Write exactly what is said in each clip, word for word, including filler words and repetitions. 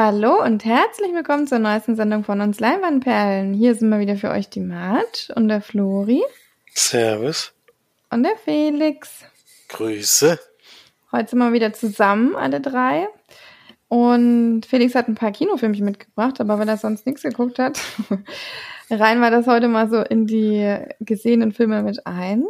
Hallo und herzlich willkommen zur neuesten Sendung von uns Leinwandperlen. Hier sind wir wieder für euch die Mart und der Flori. Servus. Und der Felix. Grüße. Heute sind wir wieder zusammen, alle drei. Und Felix hat ein paar Kinofilmchen mitgebracht, aber weil er sonst nichts geguckt hat, rein wir das heute mal so in die gesehenen Filme mit ein.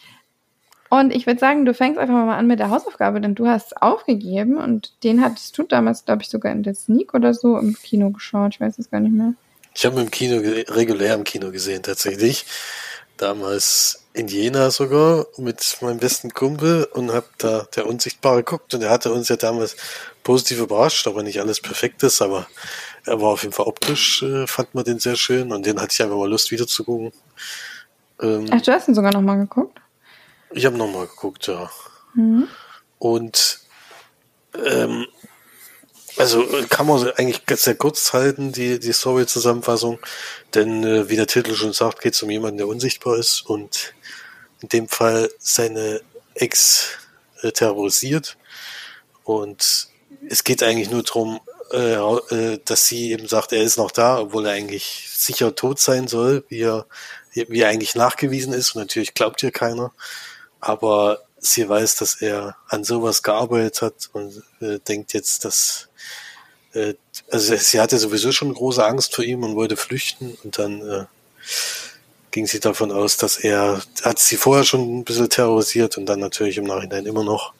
Und ich würde sagen, du fängst einfach mal an mit der Hausaufgabe, denn du hast aufgegeben und den hattest du damals, glaube ich, sogar in der Sneak oder so im Kino geschaut. Ich weiß es gar nicht mehr. Ich habe ihn im Kino, regulär im Kino gesehen, tatsächlich. Damals in Jena sogar mit meinem besten Kumpel und habe da Der Unsichtbare geguckt und er hatte uns ja damals positiv überrascht, aber nicht alles perfekt ist, aber er war auf jeden Fall optisch, äh, fand man den sehr schön und den hatte ich einfach mal Lust wieder zu gucken. Ähm, Ach, du hast ihn sogar nochmal geguckt? Ich habe nochmal geguckt, ja. Mhm. Und ähm, also kann man eigentlich sehr kurz halten, die, die Story-Zusammenfassung, denn äh, wie der Titel schon sagt, geht es um jemanden, der unsichtbar ist und in dem Fall seine Ex äh, terrorisiert. Und es geht eigentlich nur darum, äh, äh, dass sie eben sagt, er ist noch da, obwohl er eigentlich sicher tot sein soll, wie er, wie er eigentlich nachgewiesen ist. Und natürlich glaubt ihr keiner. Aber sie weiß, dass er an sowas gearbeitet hat und äh, denkt jetzt, dass äh, also sie hatte sowieso schon große Angst vor ihm und wollte flüchten und dann äh, ging sie davon aus, dass er, hat sie vorher schon ein bisschen terrorisiert und dann natürlich im Nachhinein immer noch.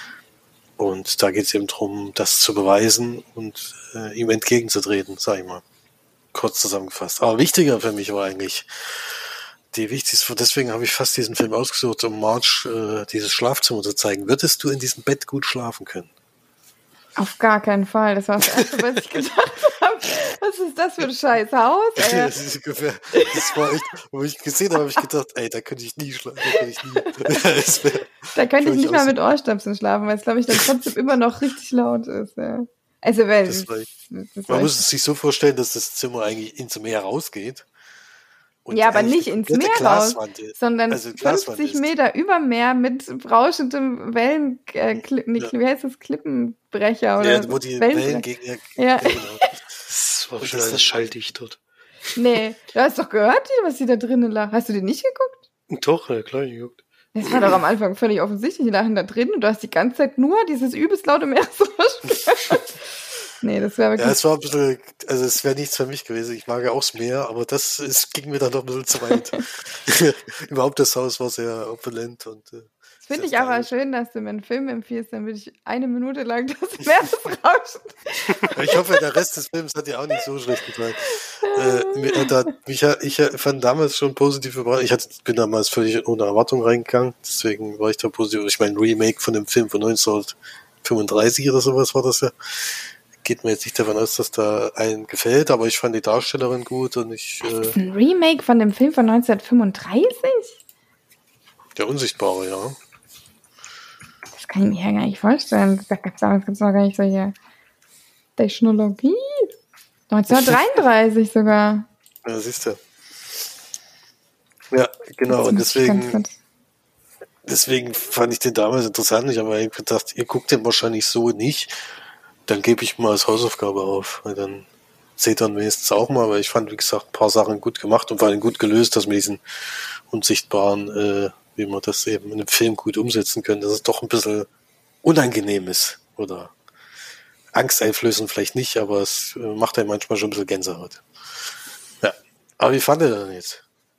Und da geht es eben darum, das zu beweisen und äh, ihm entgegenzutreten, sag ich mal. Kurz zusammengefasst. Aber wichtiger für mich war eigentlich die wichtigste, deswegen habe ich fast diesen Film ausgesucht, um Marge äh, dieses Schlafzimmer zu zeigen. Würdest du in diesem Bett gut schlafen können? Auf gar keinen Fall. Das war das Erste, was ich gedacht habe. Was ist das für ein scheiß Haus? Ey? das, ist ungefähr, das war echt, wo ich gesehen habe, habe ich gedacht, ey, da könnte ich nie schlafen. Da könnte ich, nie, das wär, da könnte ich nicht mal mit Ohrstöpseln schlafen, weil es, glaube ich, dann trotzdem immer noch richtig laut ist. Ja. Also, weil das war, das, das man muss es sich so vorstellen, dass das Zimmer eigentlich ins Meer rausgeht. Und ja, aber nicht ins Meer raus, sondern also fünfzig Meter über Meer mit rauschendem Wellen, äh, Kli- nee, ja. wie heißt das, Klippenbrecher oder ja, wo die Wellen gegen ja, ja. genau. Das war ist das schalldicht dort. Nee, du hast doch gehört, was die da drinnen lachen. Hast du den nicht geguckt? Doch, ja, klar, ich geguckt. Das war doch am Anfang völlig offensichtlich, die lachen da drin und du hast die ganze Zeit nur dieses übelst laute Meeresrauschen. Nee, das wäre wirklich... Ja, es war ein bisschen, also es wäre nichts für mich gewesen. Ich mag ja auch das Meer, aber das ist, ging mir dann doch ein bisschen zu weit. Überhaupt das Haus war sehr opulent und äh, das finde ich aber schön, dass du mir einen Film empfiehlst, dann würde ich eine Minute lang das Meeresrauschen. Ich hoffe, der Rest des Films hat dir auch nicht so schlecht gefallen. äh, da, mich, ich fand damals schon positiv überrascht. Ich hatte, bin damals völlig ohne Erwartung reingegangen, deswegen war ich da positiv. Ich meine, Remake von dem Film von neunzehnhundertfünfunddreißig oder sowas war das ja. Geht mir jetzt nicht davon aus, dass da einen gefällt, aber ich fand die Darstellerin gut und ich... Das ist ein Remake von dem Film von neunzehnhundertfünfunddreißig? Der Unsichtbare, ja. Das kann ich mir ja gar nicht vorstellen. Da gab es damals noch gar nicht solche Technologie. neunzehnhundertdreiunddreißig sogar. Ja, siehst du. Ja, genau, und deswegen... Deswegen fand ich den damals interessant. Ich habe mir gedacht, ihr guckt den wahrscheinlich so nicht. Dann gebe ich mal als Hausaufgabe auf. Weil dann seht ihr wenigstens auch mal, weil ich fand, wie gesagt, ein paar Sachen gut gemacht und vor allem gut gelöst, dass mit diesen unsichtbaren, äh, wie man das eben in einem Film gut umsetzen können, dass es doch ein bisschen unangenehm ist. Oder angsteinflößend vielleicht nicht, aber es äh, macht einem manchmal schon ein bisschen Gänsehaut. Ja. Aber wie fand ihr den jetzt?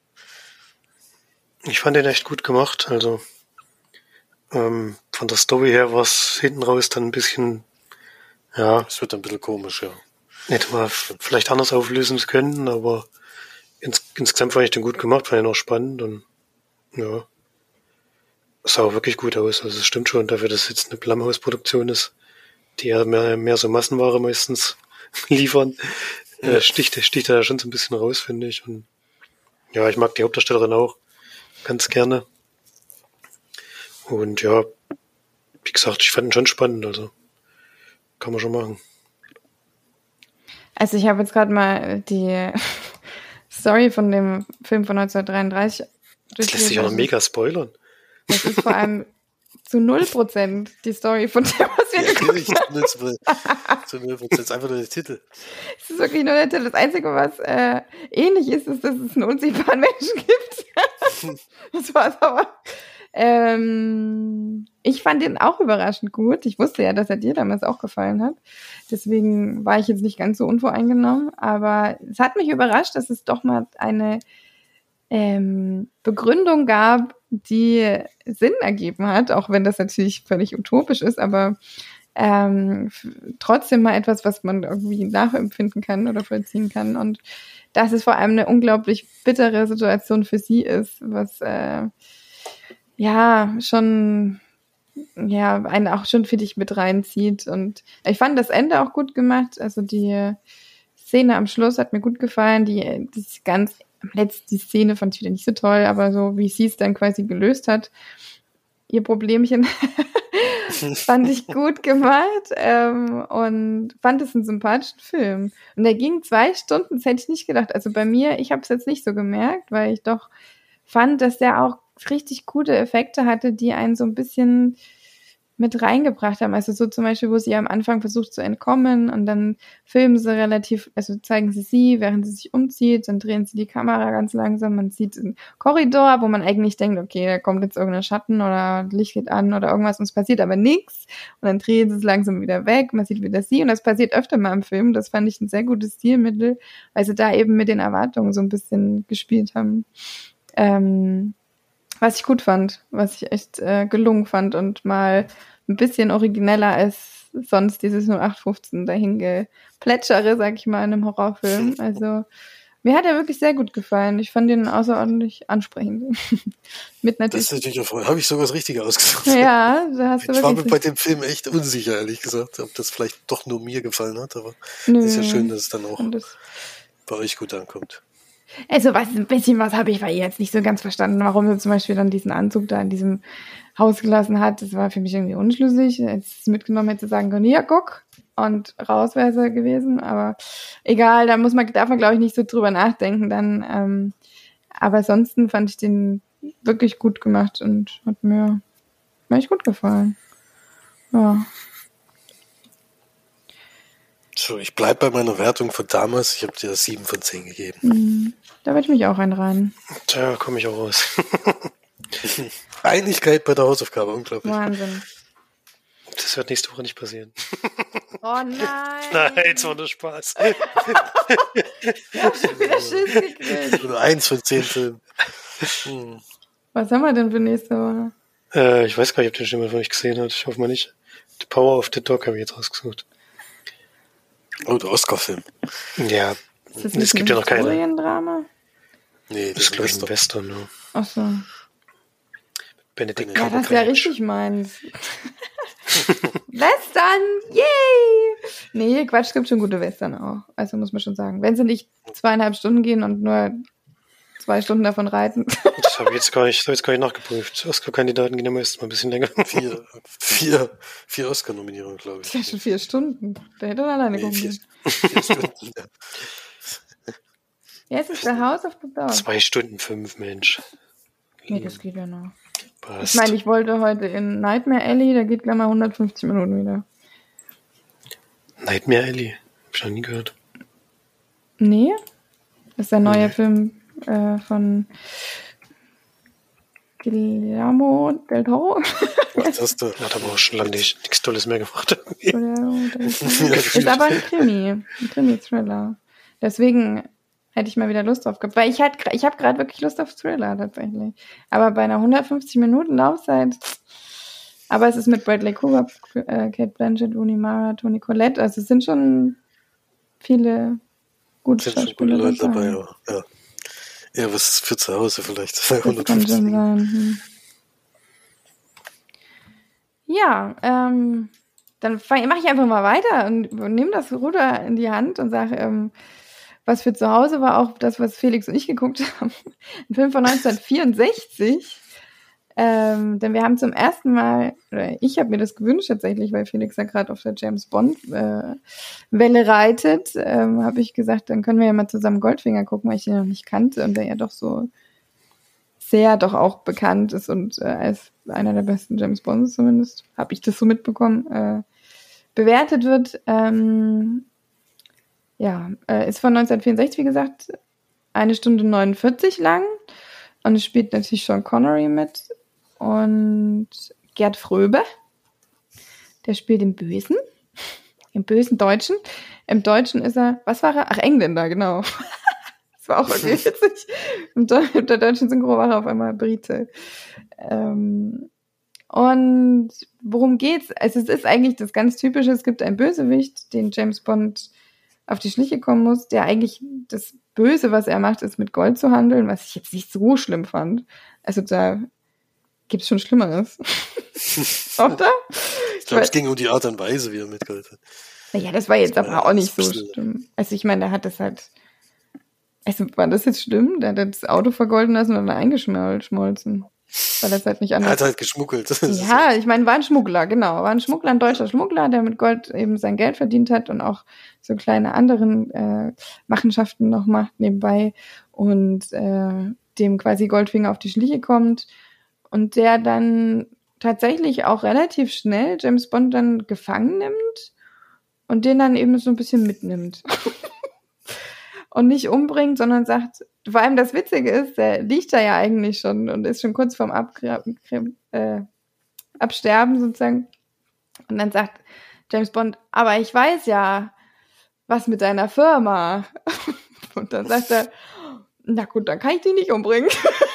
Ich fand den echt gut gemacht. Also ähm, von der Story her war es hinten raus dann ein bisschen... Ja, es wird ein bisschen komisch, ja. Hätte man vielleicht anders auflösen können, aber ins, insgesamt fand ich den gut gemacht, fand ich auch spannend und ja, es sah auch wirklich gut aus. Also es stimmt schon, dafür, dass es jetzt eine Blumhouse-Produktion ist, die ja mehr, mehr so Massenware meistens liefern, ja. äh, sticht, sticht er ja schon so ein bisschen raus, finde ich. Und ja, ich mag die Hauptdarstellerin auch ganz gerne. Und ja, wie gesagt, ich fand ihn schon spannend, also kann man schon machen. Also ich habe jetzt gerade mal die Story von dem Film von neunzehnhundertdreiunddreißig Das lässt sich auch noch mega spoilern. Das ist vor allem zu null Prozent die Story von dem, was wir Ja, geguckt natürlich, haben. zu null zu null Prozent. Das ist einfach nur der Titel. Es ist wirklich nur der Titel. Das Einzige, was äh, ähnlich ist, ist, dass es einen unsichtbaren Menschen gibt. Das war's aber. Ähm, ich fand den auch überraschend gut. Ich wusste ja, dass er dir damals auch gefallen hat. Deswegen war ich jetzt nicht ganz so unvoreingenommen. Aber es hat mich überrascht, dass es doch mal eine ähm, Begründung gab, die Sinn ergeben hat, auch wenn das natürlich völlig utopisch ist, aber ähm, f- trotzdem mal etwas, was man irgendwie nachempfinden kann oder vollziehen kann. Und dass es vor allem eine unglaublich bittere Situation für sie ist, was äh, ja schon ja einen auch schon für dich mit reinzieht. Und ich fand das Ende auch gut gemacht. Also die Szene am Schluss hat mir gut gefallen. Die, die ist ganz am letzten die Szene fand ich wieder nicht so toll, aber so wie sie es dann quasi gelöst hat, ihr Problemchen fand ich gut gemacht ähm, und fand es einen sympathischen Film. Und der ging zwei Stunden, das hätte ich nicht gedacht. Also bei mir, ich habe es jetzt nicht so gemerkt, weil ich doch fand, dass der auch richtig gute Effekte hatte, die einen so ein bisschen mit reingebracht haben. Also so zum Beispiel, wo sie am Anfang versucht zu entkommen und dann filmen sie relativ, also zeigen sie sie, während sie sich umzieht, dann drehen sie die Kamera ganz langsam, man sieht einen Korridor, wo man eigentlich denkt, okay, da kommt jetzt irgendein Schatten oder Licht geht an oder irgendwas und es passiert aber nichts und dann drehen sie es langsam wieder weg, man sieht wieder sie und das passiert öfter mal im Film, das fand ich ein sehr gutes Stilmittel, weil sie da eben mit den Erwartungen so ein bisschen gespielt haben. Ähm, Was ich gut fand, was ich echt äh, gelungen fand und mal ein bisschen origineller als sonst dieses null acht fünfzehn dahingeplätschere, sag ich mal, in einem Horrorfilm. Also mir hat er wirklich sehr gut gefallen. Ich fand ihn außerordentlich ansprechend. Mit Das natürlich. ist natürlich auch, habe ich sogar das Richtige ausgesucht. Ja, da hast du Ich war mir wirklich. bei dem Film echt unsicher, ehrlich gesagt, ob das vielleicht doch nur mir gefallen hat, aber Nö, ist ja schön, dass es dann auch und das, bei euch gut ankommt. also was, ein bisschen was habe ich bei ihr jetzt nicht so ganz verstanden, warum sie zum Beispiel dann diesen Anzug da in diesem Haus gelassen hat. Das war für mich irgendwie unschlüssig. Jetzt sie mitgenommen hätte sagen können, ja, guck. Und raus wäre sie gewesen. Aber egal, da muss man, darf man, glaube ich, nicht so drüber nachdenken dann. Ähm, aber ansonsten fand ich den wirklich gut gemacht und hat mir, mir echt gut gefallen. Ja. So, ich bleib bei meiner Wertung von damals. Ich habe dir sieben von zehn gegeben. Mhm. Da würde ich mich auch einreihen. Tja, komme ich auch raus. Einigkeit bei der Hausaufgabe, unglaublich. Wahnsinn. Das wird nächste Woche nicht passieren. Oh nein. Nein, jetzt war nur Spaß. Ich hab schon wieder Schiss gekriegt. Nur eins von zehn Filmen. Hm. Was haben wir denn für nächste Woche? Äh, ich weiß gar nicht, ob den schon mal von euch gesehen hat. Ich hoffe mal nicht. The Power of the Dog habe ich jetzt rausgesucht. Oh, der Oscar-Film. Ja, Ist das es nicht gibt ein ja noch keine. Historiendrama? Nee, Das ist, glaube ich, ein Western. Ne? Ach so. Benedict Ja, das ist ja Cumberbatch. richtig meins. Western! Yay! Nee, Quatsch, es gibt schon gute Western auch. Also muss man schon sagen. Wenn sie nicht zweieinhalb Stunden gehen und nur zwei Stunden davon reiten. Das habe ich jetzt gar nicht, das habe ich jetzt gar nicht nachgeprüft. Oscar-Kandidaten gehen ja meistens mal ein bisschen länger. Vier, vier, vier Oscar-Nominierungen, glaube Das ich. ist ja schon vier Stunden. Der hätte doch alleine Nee, gucken vier, können. vier Stunden. Ja. Ja, es ist der House of the Dog. Zwei Stunden fünf, Mensch. Nee, das geht ja noch. Passt. Ich meine, ich wollte heute in Nightmare Alley, da geht gleich mal hundertfünfzig Minuten wieder. Nightmare Alley. Hab ich noch nie gehört. Nee? Das ist der neue Nee. Film äh, von Guillermo del Toro. Was hast du? Hat aber auch schon lange nicht, nichts Tolles mehr gemacht. Guillermo del Toro. Ist aber ein Krimi. Ein Krimi-Thriller. Deswegen hätte ich mal wieder Lust drauf gehabt. Weil ich halt, ich habe gerade wirklich Lust auf Thriller tatsächlich. Aber bei einer hundertfünfzig Minuten Laufzeit. Aber es ist mit Bradley Cooper, äh, Kate Blanchett, Rooney Mara, Toni Collette. Also es sind schon viele gute Sind schon gute Schauspieler Leute dabei, dabei. aber ja. Ja, was für zu Hause vielleicht. Das kann hundertfünfzig. schon sein. Hm. Ja, ähm, dann mache ich einfach mal weiter und nehme das Ruder in die Hand und sage, ähm, was für zu Hause war auch das, was Felix und ich geguckt haben. Ein Film von neunzehnhundertvierundsechzig. Ähm, denn wir haben zum ersten Mal, oder ich habe mir das gewünscht tatsächlich, weil Felix ja gerade auf der James Bond äh, Welle reitet, ähm, habe ich gesagt, dann können wir ja mal zusammen Goldfinger gucken, weil ich ihn noch nicht kannte und der ja doch so sehr doch auch bekannt ist und äh, als einer der besten James Bonds zumindest, habe ich das so mitbekommen, äh, bewertet wird. Ähm, ja, äh, ist von neunzehnhundertvierundsechzig, wie gesagt, eine Stunde neunundvierzig lang und es spielt natürlich Sean Connery mit und Gerd Fröbe, der spielt den Bösen, den bösen Deutschen. Im Deutschen ist er, was war er? Ach, Engländer, genau. Das war auch irgendwie witzig. Im De- in der deutschen Synchro war er auf einmal Brite. Ähm, und worum geht's? Also es ist eigentlich das ganz Typische, es gibt einen Bösewicht, den James Bond auf die Schliche kommen muss, der eigentlich das Böse, was er macht, ist mit Gold zu handeln, was ich jetzt nicht so schlimm fand. Also da gibt's schon Schlimmeres. Oder? Ich glaube, es ging um die Art und Weise, wie er mit Gold hat. Naja, das war jetzt Das aber war auch nicht so bisschen- schlimm. Also ich meine, der hat das halt, also war das jetzt schlimm? Der hat das Auto vergolden lassen und dann eingeschmolzen. Weil das halt nicht Er anders. hat halt geschmuggelt. Das ist Ja, ich meine, war ein Schmuggler, genau. War ein Schmuggler, ein deutscher Schmuggler, der mit Gold eben sein Geld verdient hat und auch so kleine anderen äh, Machenschaften noch macht nebenbei und äh, dem quasi Goldfinger auf die Schliche kommt und der dann tatsächlich auch relativ schnell James Bond dann gefangen nimmt und den dann eben so ein bisschen mitnimmt. Und nicht umbringt, sondern sagt, vor allem das Witzige ist, der liegt da ja eigentlich schon und ist schon kurz vorm Abgra- äh, Absterben sozusagen. Und dann sagt James Bond, aber ich weiß ja, was mit deiner Firma. Und dann sagt er, na gut, dann kann ich die nicht umbringen.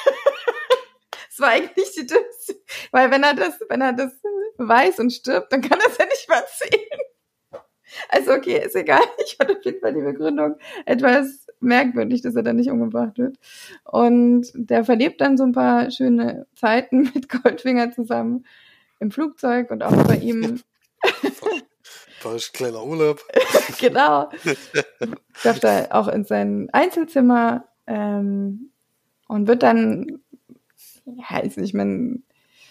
Das war eigentlich die dümmste, weil wenn er das, wenn er das weiß und stirbt, dann kann er es ja nicht mehr erzählen. Also okay, ist egal. Ich fand auf jeden Fall die Begründung etwas merkwürdig, dass er dann nicht umgebracht wird. Und der verlebt dann so ein paar schöne Zeiten mit Goldfinger zusammen im Flugzeug und auch bei ihm. War ein kleiner Urlaub. Genau. Darf da auch in sein Einzelzimmer ähm, und wird dann, ja, ist nicht, man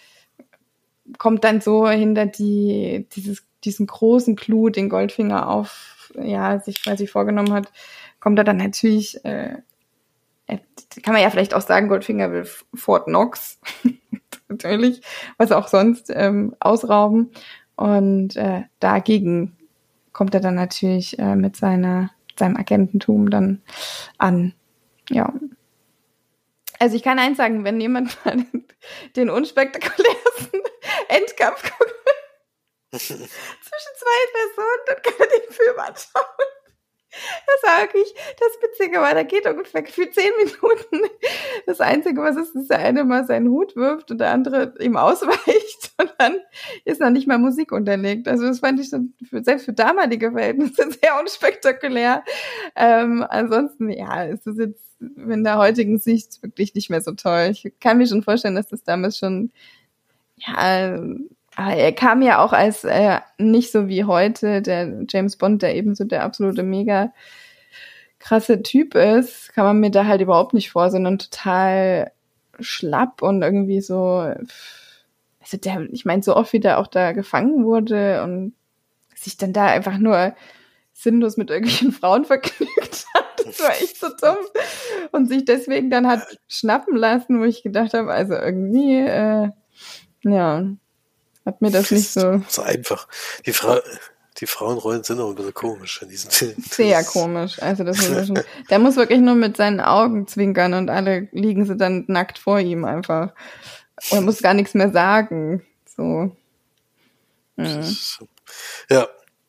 kommt dann so hinter die, dieses, diesen großen Clou, den Goldfinger auf, ja, sich quasi vorgenommen hat, kommt er dann natürlich, äh, kann man ja vielleicht auch sagen, Goldfinger will Fort Knox, natürlich, was auch sonst, ähm, ausrauben. Und äh, dagegen kommt er dann natürlich äh, mit seiner, seinem Agententum dann an. Ja. Also ich kann eins sagen, wenn jemand mal den, den unspektakulärsten Endkampf guckt zwischen zwei Personen, dann kann er den Film anschauen. Das war wirklich das Witzige, weil da geht ungefähr für zehn Minuten. Das Einzige, was ist, dass der eine mal seinen Hut wirft und der andere ihm ausweicht und dann ist noch nicht mal Musik unterlegt. Also das fand ich schon für, selbst für damalige Verhältnisse sehr unspektakulär. Ähm, ansonsten, ja, ist das jetzt in der heutigen Sicht wirklich nicht mehr so toll. Ich kann mir schon vorstellen, dass das damals schon, ja, aber er kam ja auch als äh, nicht so wie heute der James Bond, der eben so der absolute mega krasse Typ ist, kann man mir da halt überhaupt nicht vor, sondern total schlapp und irgendwie so, also der, ich meine, so oft wie der auch da gefangen wurde und sich dann da einfach nur sinnlos mit irgendwelchen Frauen vergnügt hat, das war echt so dumm und sich deswegen dann hat schnappen lassen, wo ich gedacht habe, also irgendwie, äh, ja, hat mir das nicht so... So einfach. Die, Fra- die Frauenrollen sind auch ein bisschen komisch in diesem Film. Sehr komisch. Also das muss schon, der muss wirklich nur mit seinen Augen zwinkern und alle liegen sie dann nackt vor ihm einfach. Und er muss gar nichts mehr sagen. So. Mhm. Ja.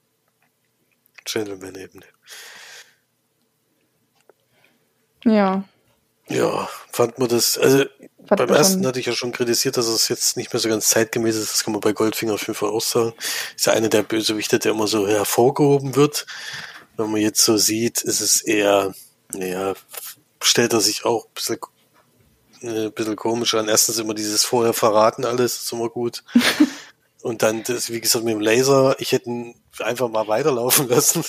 Gentleman eben. Ja. Ja, fand man das, also Fand beim man ersten schon. hatte ich ja schon kritisiert, dass es jetzt nicht mehr so ganz zeitgemäß ist, das kann man bei Goldfinger auf jeden Fall auch sagen. Ist ja einer der Bösewichte, der immer so hervorgehoben wird. Wenn man jetzt so sieht, ist es eher, naja, stellt er sich auch ein bisschen, äh, ein bisschen komisch an. Erstens immer dieses vorher verraten alles, ist immer gut. Und dann, das, wie gesagt, mit dem Laser, ich hätte ihn einfach mal weiterlaufen lassen.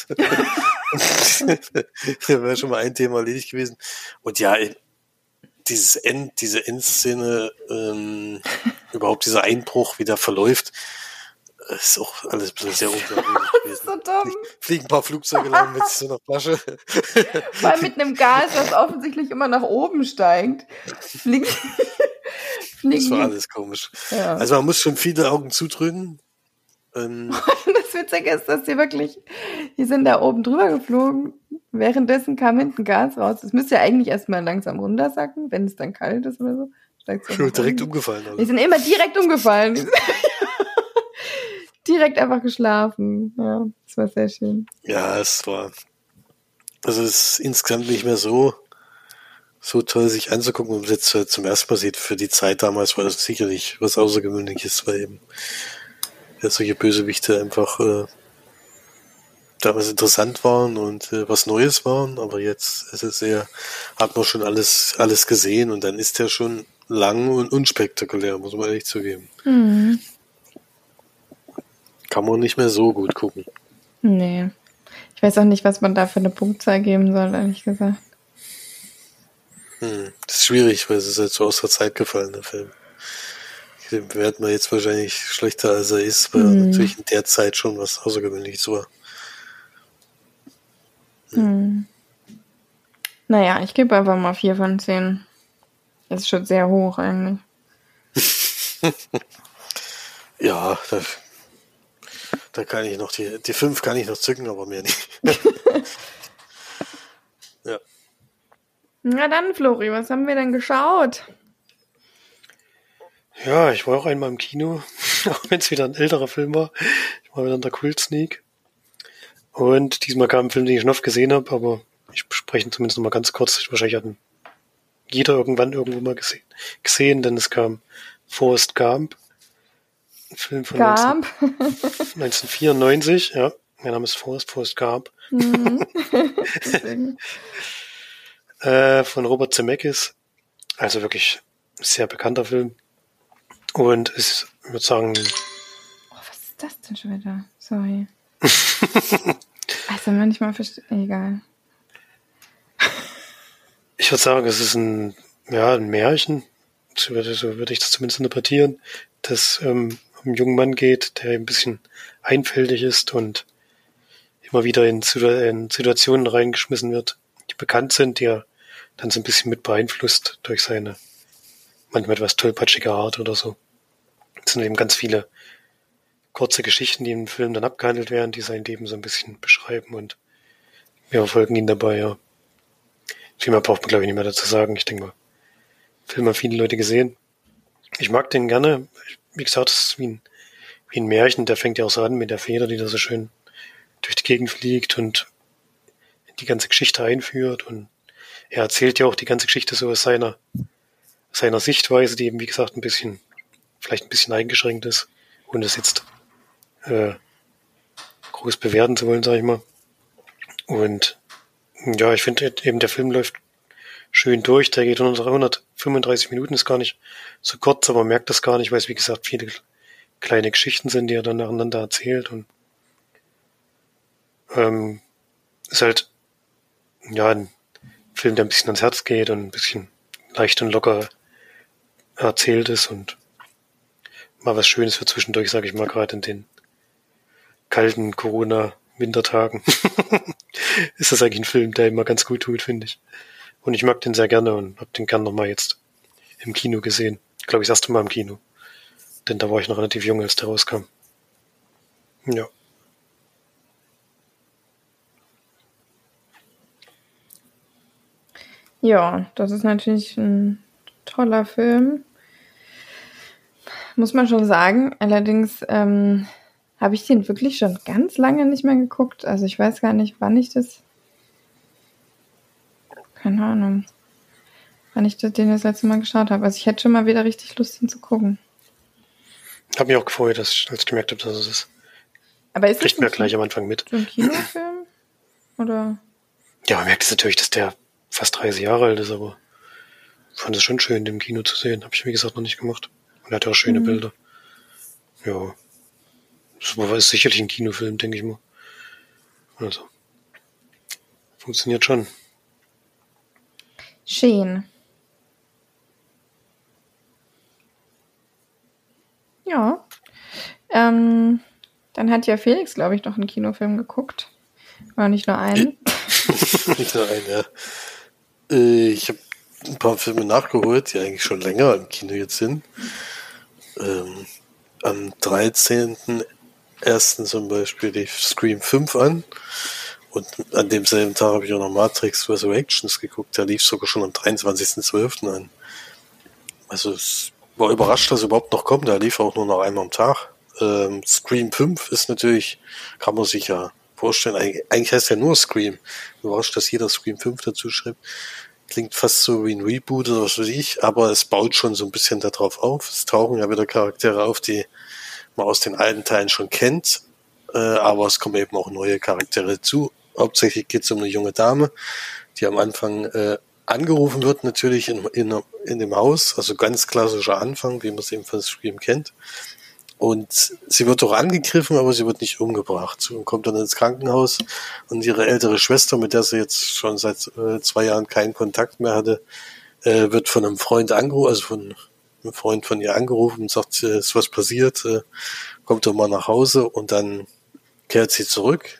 Das wäre schon mal ein Thema erledigt gewesen. Und ja, dieses End, diese Endszene, ähm, überhaupt dieser Einbruch, wie der verläuft, Das ist auch alles ein bisschen sehr unglaublich Das ist so dumm. Fliegen ein paar Flugzeuge lang mit so einer Flasche. Vor allem mit einem Gas, das offensichtlich immer nach oben steigt. Fliegen, fliegen Das war die- alles komisch. Ja. Also man muss schon viele Augen zudrücken. Ähm, Das Witzige ist, dass die wirklich, die sind da oben drüber geflogen. Währenddessen kam hinten Gas raus. Das müsste ja eigentlich erstmal langsam runtersacken, wenn es dann kalt ist oder so. Steigt's ja schon nach direkt unten. umgefallen. Die Alle. sind immer direkt umgefallen. Die sind direkt einfach geschlafen. Ja, das war sehr schön. Ja, es war. Also es ist insgesamt nicht mehr so so toll, sich anzugucken, wenn man es jetzt äh, zum ersten Mal sieht. Für die Zeit damals war das sicherlich was Außergewöhnliches, weil eben ja, solche Bösewichte einfach äh, damals interessant waren und äh, was Neues waren, aber jetzt ist es eher, hat man schon alles alles gesehen und dann ist der schon lang und unspektakulär, muss man ehrlich zugeben. Mhm. Kann man nicht mehr so gut gucken. Nee. Ich weiß auch nicht, was man da für eine Punktzahl geben soll, ehrlich gesagt. Hm. Das ist schwierig, weil es ist halt so aus der Zeit gefallen, der Film. Den bewertet man jetzt wahrscheinlich schlechter, als er ist, weil er Mhm. natürlich in der Zeit schon was Außergewöhnliches war. Hm. Naja, ich gebe einfach mal vier von zehn. Das ist schon sehr hoch eigentlich. Ja, da, da kann ich noch die, die fünf kann ich noch zücken, aber mehr nicht. Ja. Na dann, Flori, was haben wir denn geschaut? Ja, ich war auch einmal im Kino, auch wenn es wieder ein älterer Film war. Ich war wieder in der Kult Sneak. Und diesmal kam ein Film, den ich schon oft gesehen habe, aber ich bespreche ihn zumindest noch mal ganz kurz. Wahrscheinlich hat ihn jeder irgendwann irgendwo mal gesehen, gesehen, denn es kam Forrest Gump. Ein Film von Gump. neunzehnhundertvierundneunzig, ja. Mein Name ist Forrest, Forrest Gump. Mhm. Deswegen. Äh, von Robert Zemeckis. Also wirklich ein sehr bekannter Film. Und es, ich würde sagen, Oh, was ist das denn schon wieder? Sorry. Also manchmal verstehe egal. ich würde sagen, es ist ein, ja, ein Märchen. So würde, so würde ich das zumindest interpretieren, das ähm, um einen jungen Mann geht, der ein bisschen einfältig ist und immer wieder in, in Situationen reingeschmissen wird, die bekannt sind, die er dann so ein bisschen mit beeinflusst durch seine manchmal etwas tollpatschige Art oder so. Es sind eben ganz viele kurze Geschichten, die im Film dann abgehandelt werden, die sein Leben so ein bisschen beschreiben und wir verfolgen ihn dabei, ja. Viel mehr braucht man, glaube ich, nicht mehr dazu sagen. Ich denke mal, Film haben viele Leute gesehen. Ich mag den gerne. Wie gesagt, es ist wie ein, wie ein Märchen. Der fängt ja auch so an mit der Feder, die da so schön durch die Gegend fliegt und die ganze Geschichte einführt. Und er erzählt ja auch die ganze Geschichte so aus seiner, seiner Sichtweise, die eben, wie gesagt, ein bisschen, vielleicht ein bisschen eingeschränkt ist, ohne es jetzt äh, groß bewerten zu wollen, sage ich mal. Und ja, ich finde eben, der Film läuft schön durch. Der geht hundertfünfunddreißig Minuten, ist gar nicht so kurz, aber man merkt das gar nicht, weil es, wie gesagt, viele kleine Geschichten sind, die er dann nacheinander erzählt. Und ähm, ist halt ja ein Film, der ein bisschen ans Herz geht und ein bisschen leicht und locker erzählt ist und mal was Schönes für zwischendurch, sage ich mal, gerade in den kalten Corona-Wintertagen. Ist das eigentlich ein Film, der immer ganz gut tut, finde ich. Und ich mag den sehr gerne und habe den gern nochmal jetzt im Kino gesehen. Ich glaube, ich das erste Mal im Kino. Denn da war ich noch relativ jung, als der rauskam. Ja. Ja, das ist natürlich ein toller Film. Muss man schon sagen. Allerdings ähm, habe ich den wirklich schon ganz lange nicht mehr geguckt. Also ich weiß gar nicht, wann ich das... Keine Ahnung. Wann ich den das letzte Mal geschaut habe. Also ich hätte schon mal wieder richtig Lust, ihn zu gucken. Hab mich auch gefreut, dass ich, als ich gemerkt habe, dass es ist. Aber ist Kriegt das mir ein, gleich am Anfang mit. so ein Kinofilm? Oder? Ja, man merkt es natürlich, dass der fast dreißig Jahre alt ist, aber ich fand es schon schön, den im Kino zu sehen. Habe ich, wie gesagt, noch nicht gemacht. Und er hat ja auch schöne Mhm. Bilder. Ja. Das war- ist sicherlich ein Kinofilm, denke ich mal. Also. Funktioniert schon. Schön. Ja. Ähm, Dann hat ja Felix, glaube ich, noch einen Kinofilm geguckt. War nicht nur einen. Nicht nur einen, ja. Äh, ich habe ein paar Filme nachgeholt, die eigentlich schon länger im Kino jetzt sind. Ähm, am dreizehnten ersten zum Beispiel lief Scream fünf an. Und an demselben Tag habe ich auch noch Matrix Resurrections geguckt. Der lief sogar schon am dreiundzwanzigsten zwölften an. Also es war überrascht, dass er überhaupt noch kommt. Der lief auch nur noch einmal am Tag. Ähm, Scream fünf ist natürlich, kann man sich ja vorstellen, eigentlich, eigentlich heißt er nur Scream. Überrascht, dass jeder Scream fünf dazu schreibt. Klingt fast so wie ein Reboot oder was weiß ich, aber es baut schon so ein bisschen darauf auf. Es tauchen ja wieder Charaktere auf, die man aus den alten Teilen schon kennt, äh, aber es kommen eben auch neue Charaktere zu. Hauptsächlich geht es um eine junge Dame, die am Anfang äh, angerufen wird, natürlich in, in, in dem Haus, also ganz klassischer Anfang, wie man es eben von Scream kennt. Und sie wird auch angegriffen, aber sie wird nicht umgebracht. Und kommt dann ins Krankenhaus und ihre ältere Schwester, mit der sie jetzt schon seit äh, zwei Jahren keinen Kontakt mehr hatte, äh, wird von einem Freund angerufen, also von einem Freund von ihr angerufen und sagt, äh, ist was passiert, äh, kommt doch mal nach Hause, und dann kehrt sie zurück.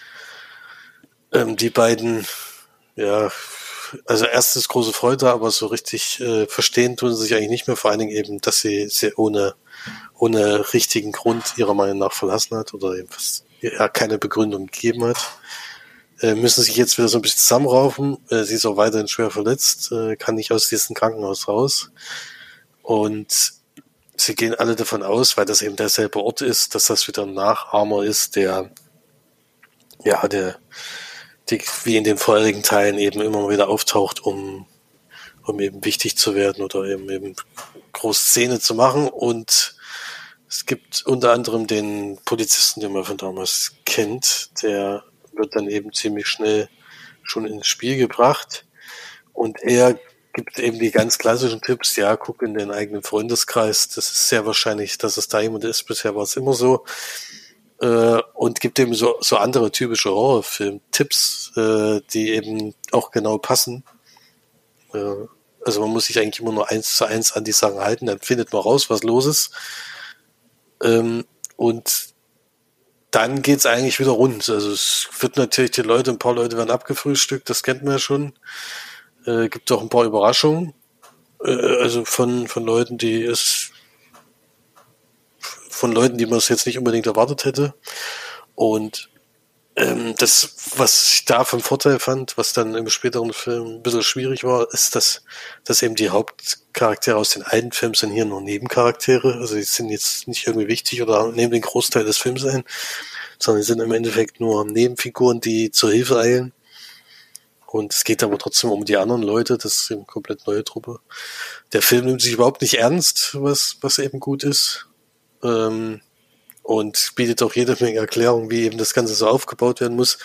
Ähm, die beiden, ja, also erstens große Freude, aber so richtig äh, verstehen tun sie sich eigentlich nicht mehr, vor allen Dingen eben, dass sie sie ohne ohne richtigen Grund ihrer Meinung nach verlassen hat oder eben was, ja, keine Begründung gegeben hat. Äh, müssen sich jetzt wieder so ein bisschen zusammenraufen. Äh, sie ist auch weiterhin schwer verletzt, äh, kann nicht aus diesem Krankenhaus raus. Und sie gehen alle davon aus, weil das eben derselbe Ort ist, dass das wieder ein Nachahmer ist, der, ja, der, die, wie in den vorherigen Teilen eben immer mal wieder auftaucht, um, um eben wichtig zu werden oder eben, eben große Szene zu machen. Und es gibt unter anderem den Polizisten, den man von damals kennt, der wird dann eben ziemlich schnell schon ins Spiel gebracht. Und er gibt eben die ganz klassischen Tipps, ja, guck in den eigenen Freundeskreis, das ist sehr wahrscheinlich, dass es da jemand ist, bisher war es immer so. Äh, und gibt eben so, so andere typische Horrorfilm-Tipps, äh, die eben auch genau passen. Äh, also man muss sich eigentlich immer nur eins zu eins an die Sachen halten, dann findet man raus, was los ist. Ähm, und dann geht's eigentlich wieder rund. Also es wird natürlich, die Leute, ein paar Leute werden abgefrühstückt, das kennt man ja schon. Äh, gibt auch ein paar Überraschungen. Äh, also von, von Leuten, die es, von Leuten, die man es jetzt nicht unbedingt erwartet hätte. Und ähm, das, was ich da vom Vorteil fand, was dann im späteren Film ein bisschen schwierig war, ist, dass, dass eben die Hauptcharaktere aus den alten Filmen sind hier nur Nebencharaktere. Also die sind jetzt nicht irgendwie wichtig oder nehmen den Großteil des Films ein, sondern die sind im Endeffekt nur Nebenfiguren, die zur Hilfe eilen. Und es geht aber trotzdem um die anderen Leute, das ist eine komplett neue Truppe. Der Film nimmt sich überhaupt nicht ernst, was, was eben gut ist. Ähm, und bietet auch jede Menge Erklärungen, wie eben das Ganze so aufgebaut werden muss.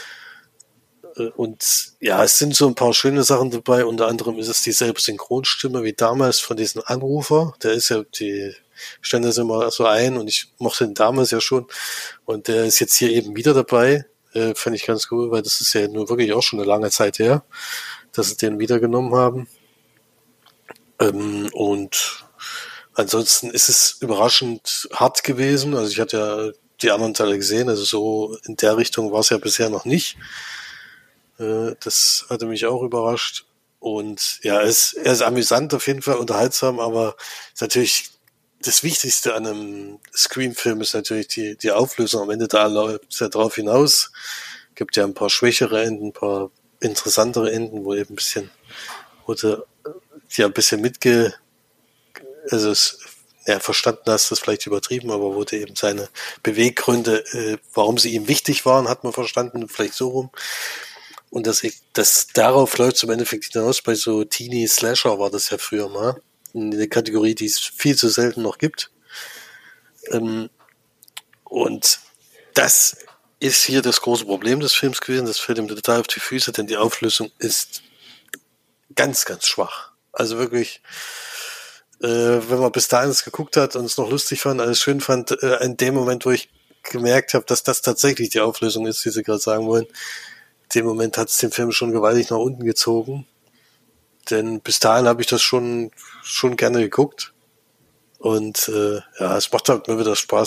Und ja, es sind so ein paar schöne Sachen dabei. Unter anderem ist es dieselbe Synchronstimme wie damals von diesem Anrufer. Der ist ja, die stand das immer so ein und ich mochte ihn damals ja schon. Und der ist jetzt hier eben wieder dabei. Äh, fand ich ganz cool, weil das ist ja nur wirklich auch schon eine lange Zeit her, dass sie den wiedergenommen haben. Ähm, und ansonsten ist es überraschend hart gewesen. Also ich hatte ja die anderen Teile gesehen, also so in der Richtung war es ja bisher noch nicht. Äh, das hatte mich auch überrascht. Und ja, er ist, er ist amüsant auf jeden Fall, unterhaltsam, aber ist natürlich das Wichtigste an einem Scream-Film ist natürlich die, die Auflösung. Am Ende da läuft es ja drauf hinaus. Gibt ja ein paar schwächere Enden, ein paar interessantere Enden, wo eben ein bisschen, wurde ja ein bisschen mitge, also es, ja, verstanden hast, das vielleicht übertrieben, aber wurde eben seine Beweggründe, äh, warum sie ihm wichtig waren, hat man verstanden, vielleicht so rum. Und das, das darauf läuft es im Endeffekt hinaus. Bei so Teenie Slasher war das ja früher mal eine Kategorie, die es viel zu selten noch gibt. Ähm, und das ist hier das große Problem des Films gewesen. Das fällt ihm total auf die Füße, denn die Auflösung ist ganz, ganz schwach. Also wirklich, äh, wenn man bis dahin es geguckt hat und es noch lustig fand, alles schön fand, äh, in dem Moment, wo ich gemerkt habe, dass das tatsächlich die Auflösung ist, die sie gerade sagen wollen, in dem Moment hat es den Film schon gewaltig nach unten gezogen. Denn bis dahin habe ich das schon schon gerne geguckt. Und äh, ja, es macht halt mir wieder Spaß, so einen,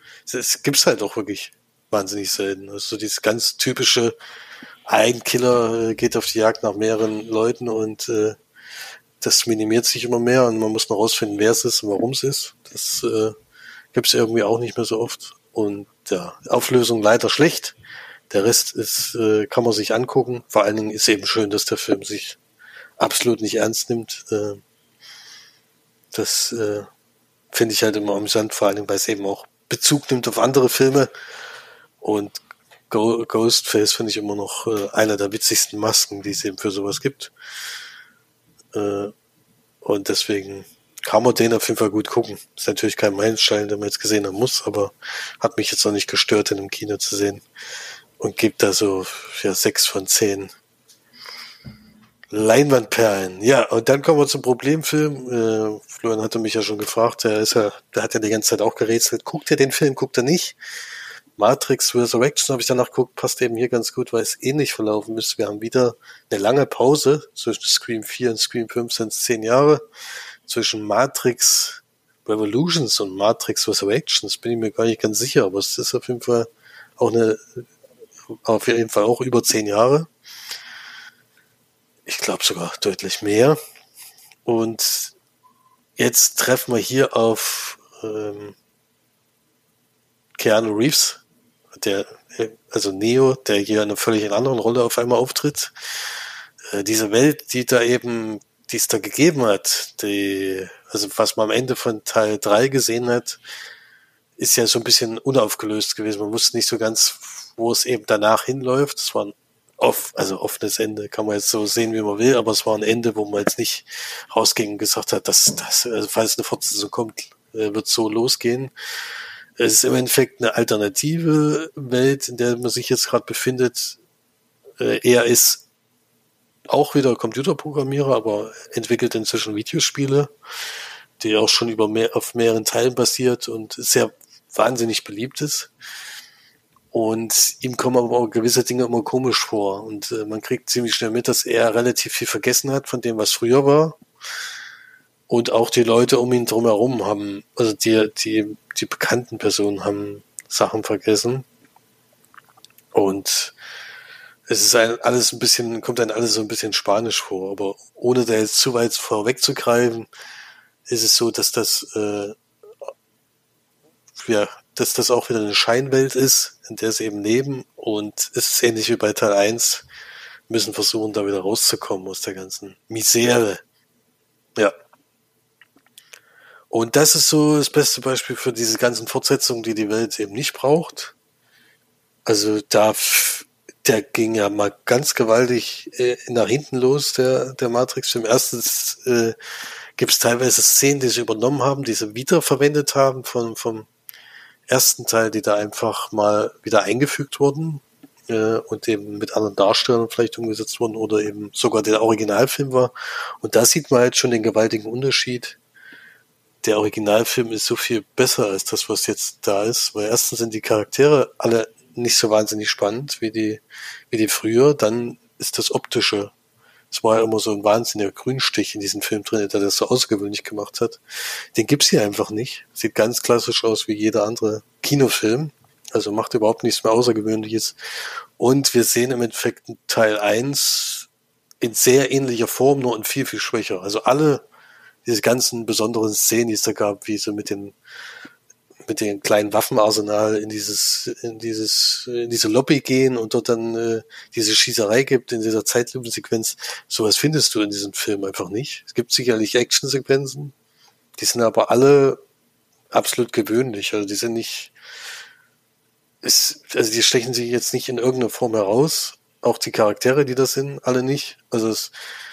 es gibt's halt auch wirklich wahnsinnig selten. Also dieses ganz typische, ein Killer geht auf die Jagd nach mehreren Leuten und äh, das minimiert sich immer mehr und man muss noch rausfinden, wer es ist und warum es ist. Das äh, gibt's irgendwie auch nicht mehr so oft. Und ja, Auflösung leider schlecht. Der Rest ist, äh, kann man sich angucken. Vor allen Dingen ist eben schön, dass der Film sich absolut nicht ernst nimmt. Äh, das äh, finde ich halt immer amüsant, vor allen Dingen, weil es eben auch Bezug nimmt auf andere Filme. Und Go- Ghostface finde ich immer noch äh, einer der witzigsten Masken, die es eben für sowas gibt. Äh, und deswegen kann man den auf jeden Fall gut gucken. Ist natürlich kein Meilenstein, den man jetzt gesehen haben muss, aber hat mich jetzt noch nicht gestört, in einem Kino zu sehen. Und gibt da so ja, sechs von zehn Leinwandperlen. Ja, und dann kommen wir zum Problemfilm. Äh, Florian hatte mich ja schon gefragt, der ist ja, der hat ja die ganze Zeit auch gerätselt. Guckt er den Film, guckt er nicht? Matrix Resurrection habe ich danach geguckt, passt eben hier ganz gut, weil es ähnlich verlaufen ist. Wir haben wieder eine lange Pause zwischen Scream vier und Scream fünf, sind es zehn Jahre. Zwischen Matrix Revolutions und Matrix Resurrections bin ich mir gar nicht ganz sicher, aber es ist auf jeden Fall auch eine, auf jeden Fall auch über zehn Jahre. Ich glaube sogar deutlich mehr. Und jetzt treffen wir hier auf ähm, Keanu Reeves, der, also Neo, der hier in einer völlig anderen Rolle auf einmal auftritt. Äh, diese Welt, die da eben, die es da gegeben hat, die, also was man am Ende von Teil drei gesehen hat, ist ja so ein bisschen unaufgelöst gewesen. Man wusste nicht so ganz, wo es eben danach hinläuft. Es war ein off, also offenes Ende, kann man jetzt so sehen, wie man will, aber es war ein Ende, wo man jetzt nicht rausging und gesagt hat, dass, dass also falls eine Fortsetzung kommt, wird so losgehen. Es ist im Endeffekt eine alternative Welt, in der man sich jetzt gerade befindet. Er ist auch wieder Computerprogrammierer, aber entwickelt inzwischen Videospiele, die auch schon über mehr, auf mehreren Teilen basiert und sehr wahnsinnig beliebt ist. Und ihm kommen aber auch gewisse Dinge immer komisch vor. Und äh, man kriegt ziemlich schnell mit, dass er relativ viel vergessen hat von dem, was früher war. Und auch die Leute um ihn drumherum haben, also die, die, die bekannten Personen haben Sachen vergessen. Und es ist ein, alles ein bisschen, kommt dann alles so ein bisschen spanisch vor. Aber ohne da jetzt zu weit vorwegzugreifen, ist es so, dass das, äh, ja, dass das auch wieder eine Scheinwelt ist, in der sie eben leben. Und es ist ähnlich wie bei Teil eins, müssen versuchen, da wieder rauszukommen aus der ganzen Misere. Ja. Und das ist so das beste Beispiel für diese ganzen Fortsetzungen, die die Welt eben nicht braucht. Also da, der ging ja mal ganz gewaltig äh, nach hinten los, der, der Matrix-Film. Erstens äh, gibt es teilweise Szenen, die sie übernommen haben, die sie wiederverwendet haben von, vom ersten Teil, die da einfach mal wieder eingefügt wurden äh, und eben mit anderen Darstellern vielleicht umgesetzt wurden oder eben sogar der Originalfilm war. Und da sieht man halt schon den gewaltigen Unterschied. Der Originalfilm ist so viel besser als das, was jetzt da ist, weil erstens sind die Charaktere alle nicht so wahnsinnig spannend wie die, wie die früher. Dann ist das Optische. Es war ja immer so ein wahnsinniger Grünstich in diesem Film drin, der das so außergewöhnlich gemacht hat. Den gibt's hier einfach nicht. Sieht ganz klassisch aus wie jeder andere Kinofilm. Also macht überhaupt nichts mehr Außergewöhnliches. Und wir sehen im Endeffekt Teil eins in sehr ähnlicher Form, nur in viel, viel schwächer. Also alle diese ganzen besonderen Szenen, die es da gab, wie so mit dem mit dem kleinen Waffenarsenal in dieses in dieses in diese Lobby gehen und dort dann äh, diese Schießerei gibt in dieser Zeitlupensequenz, sowas findest du in diesem Film einfach nicht. Es gibt sicherlich Actionsequenzen, die sind aber alle absolut gewöhnlich, also die sind nicht ist, also die stechen sich jetzt nicht in irgendeiner Form heraus, auch die Charaktere, die das sind, alle nicht. Also es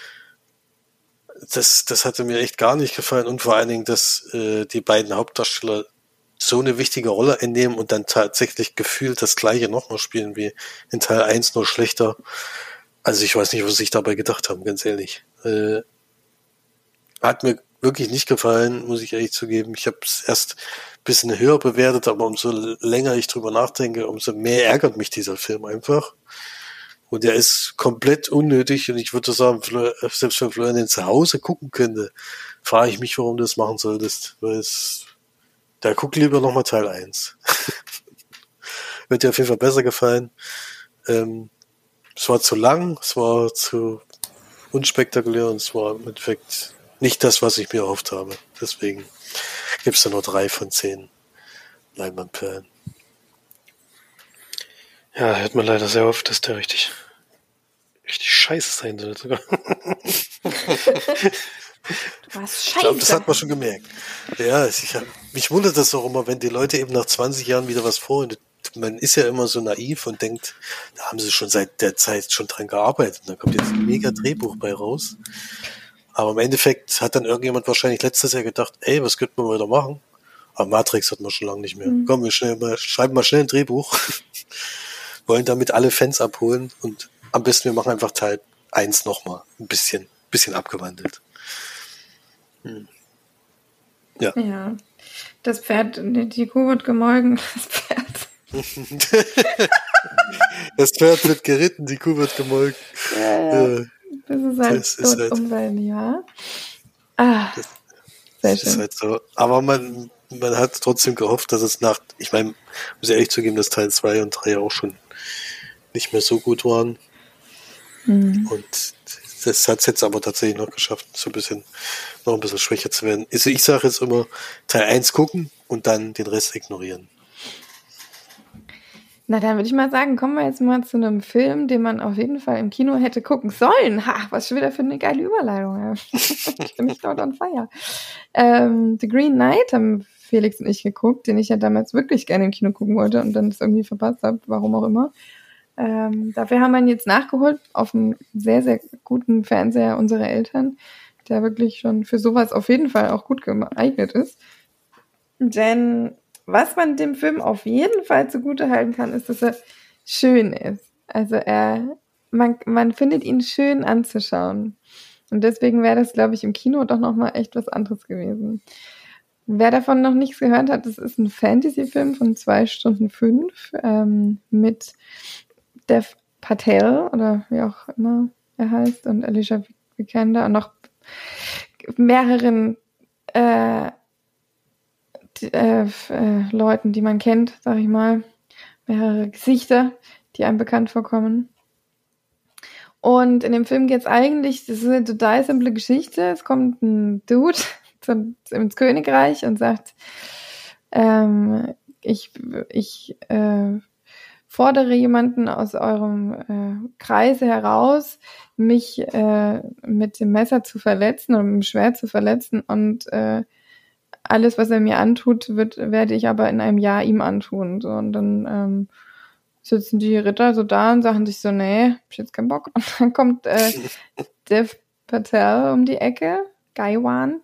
Das, das hatte mir echt gar nicht gefallen und vor allen Dingen, dass äh, die beiden Hauptdarsteller so eine wichtige Rolle einnehmen und dann tatsächlich gefühlt das Gleiche nochmal spielen wie in Teil eins, nur schlechter. Also ich weiß nicht, was sie sich dabei gedacht haben, ganz ehrlich. Äh, hat mir wirklich nicht gefallen, muss ich ehrlich zugeben. Ich habe es erst ein bisschen höher bewertet, aber umso länger ich drüber nachdenke, umso mehr ärgert mich dieser Film einfach. Und der ist komplett unnötig und ich würde sagen, selbst wenn Florian den zu Hause gucken könnte, frage ich mich, warum du das machen solltest. Weil es, da guck lieber nochmal Teil eins. wird dir auf jeden Fall besser gefallen. Ähm, es war zu lang, es war zu unspektakulär und es war im Endeffekt nicht das, was ich mir erhofft habe. Deswegen gibt's da nur drei von zehn Leinwandperlen. Ja, hört man leider sehr oft, dass der richtig, richtig scheiße sein soll sogar. Was Ich scheiße. glaube, das hat man schon gemerkt. Ja, ich, mich wundert das auch immer, wenn die Leute eben nach zwanzig Jahren wieder was vorholen. Man ist ja immer so naiv und denkt, da haben sie schon seit der Zeit schon dran gearbeitet. Da kommt jetzt ein mega Drehbuch bei raus. Aber im Endeffekt hat dann irgendjemand wahrscheinlich letztes Jahr gedacht, ey, was könnte man wieder machen? Aber Matrix hat man schon lange nicht mehr. Mhm. Komm, wir schnell mal, schreiben mal schnell ein Drehbuch. Wollen damit alle Fans abholen und am besten wir machen einfach Teil eins nochmal. Ein bisschen, bisschen abgewandelt. Hm. Ja. Ja. Das Pferd, die Kuh wird gemolken, das Pferd. Das Pferd wird geritten, die Kuh wird gemolken. Ja, ja. Das ist halt das ist halt, Umwelt, ja. Ah, das, sehr das schön. ist halt so. Aber man, man hat trotzdem gehofft, dass es nach, ich meine, muss ehrlich zugeben, dass Teil zwei und drei auch schon nicht mehr so gut waren. Mhm. Und das hat es jetzt aber tatsächlich noch geschafft, so ein bisschen, noch ein bisschen schwächer zu werden. Also ich sage jetzt immer, Teil eins gucken und dann den Rest ignorieren. Na, dann würde ich mal sagen, kommen wir jetzt mal zu einem Film, den man auf jeden Fall im Kino hätte gucken sollen. Ha, was schon wieder für eine geile Überleitung. Ich bin nicht dort on fire. Ähm, The Green Knight haben Felix und ich geguckt, den ich ja damals wirklich gerne im Kino gucken wollte und dann es irgendwie verpasst habe, warum auch immer. Ähm, dafür haben wir ihn jetzt nachgeholt auf einem sehr, sehr guten Fernseher unserer Eltern, der wirklich schon für sowas auf jeden Fall auch gut geeignet ist. Denn was man dem Film auf jeden Fall zugutehalten kann, ist, dass er schön ist. Also er, man, man findet ihn schön anzuschauen. Und deswegen wäre das, glaube ich, im Kino doch nochmal echt was anderes gewesen. Wer davon noch nichts gehört hat, das ist ein Fantasy-Film von zwei Stunden fünf ähm, mit Dev Patel oder wie auch immer er heißt und Alicia Vikander und noch mehreren äh, die, äh, äh, Leuten, die man kennt, sag ich mal. Mehrere Gesichter, die einem bekannt vorkommen. Und in dem Film geht es eigentlich, das ist eine total simple Geschichte. Es kommt ein Dude zum, ins Königreich und sagt, ähm, ich, ich äh, fordere jemanden aus eurem äh, Kreise heraus, mich äh, mit dem Messer zu verletzen oder mit dem Schwert zu verletzen und äh, alles, was er mir antut, wird, werde ich aber in einem Jahr ihm antun. So, und dann ähm, sitzen die Ritter so da und sagen sich so, nee, hab ich jetzt keinen Bock. Und dann kommt äh, Dev Patel um die Ecke, Gaiwan,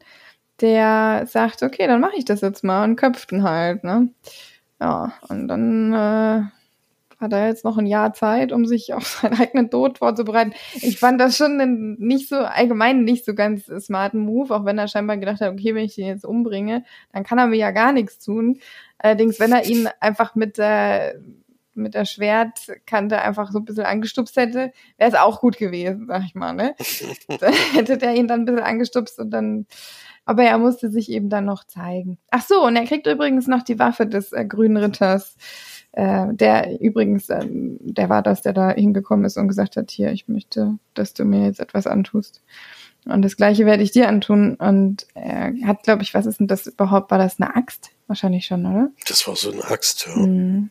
der sagt, okay, dann mache ich das jetzt mal und köpft ihn halt, ne? Ja, und dann äh, hat er jetzt noch ein Jahr Zeit, um sich auf seinen eigenen Tod vorzubereiten. Ich fand das schon einen nicht so, allgemein nicht so ganz smarten Move, auch wenn er scheinbar gedacht hat, okay, wenn ich den jetzt umbringe, dann kann er mir ja gar nichts tun. Allerdings, wenn er ihn einfach mit der, mit der Schwertkante einfach so ein bisschen angestupst hätte, wäre es auch gut gewesen, sag ich mal, ne? Dann hätte der ihn dann ein bisschen angestupst und dann, aber er musste sich eben dann noch zeigen. Ach so, und er kriegt übrigens noch die Waffe des äh, Grünen Ritters. Äh, der übrigens, äh, der war das, der da hingekommen ist und gesagt hat, hier, ich möchte, dass du mir jetzt etwas antust. Und das Gleiche werde ich dir antun. Und er hat, glaube ich, was ist denn das überhaupt? War das eine Axt? Wahrscheinlich schon, oder? Das war so eine Axt, ja. Mhm.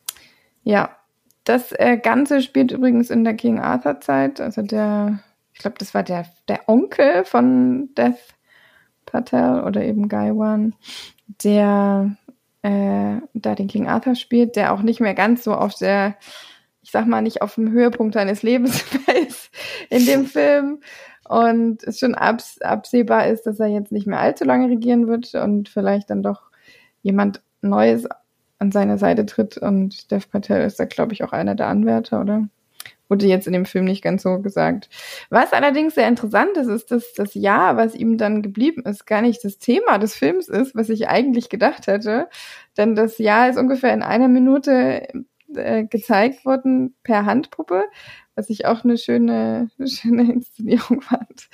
Ja, das äh, Ganze spielt übrigens in der King Arthur Zeit. Also der, ich glaube, das war der, der Onkel von Dev Patel oder eben Gaiwan, der Äh, da den King Arthur spielt, der auch nicht mehr ganz so auf der, ich sag mal, nicht auf dem Höhepunkt seines Lebens ist in dem Film und es schon abs- absehbar ist, dass er jetzt nicht mehr allzu lange regieren wird und vielleicht dann doch jemand Neues an seine Seite tritt und Dev Patel ist da, glaube ich, auch einer der Anwärter, oder? Wurde jetzt in dem Film nicht ganz so gesagt. Was allerdings sehr interessant ist, ist, dass das Jahr, was ihm dann geblieben ist, gar nicht das Thema des Films ist, was ich eigentlich gedacht hätte. Denn das Jahr ist ungefähr in einer Minute äh, gezeigt worden per Handpuppe, was ich auch eine schöne, eine schöne Inszenierung fand.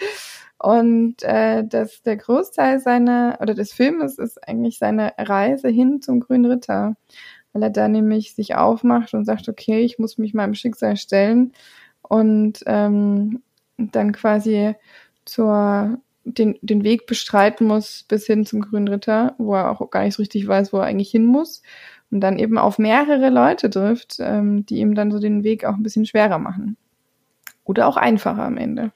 Und äh, dass der Großteil seiner, oder des Filmes ist eigentlich seine Reise hin zum Grünen Ritter. weil er da nämlich sich aufmacht und sagt, okay, ich muss mich meinem Schicksal stellen und ähm, dann quasi zur den, den Weg bestreiten muss bis hin zum Grünen Ritter, wo er auch gar nicht so richtig weiß, wo er eigentlich hin muss und dann eben auf mehrere Leute trifft, ähm, die ihm dann so den Weg auch ein bisschen schwerer machen. Oder auch einfacher am Ende.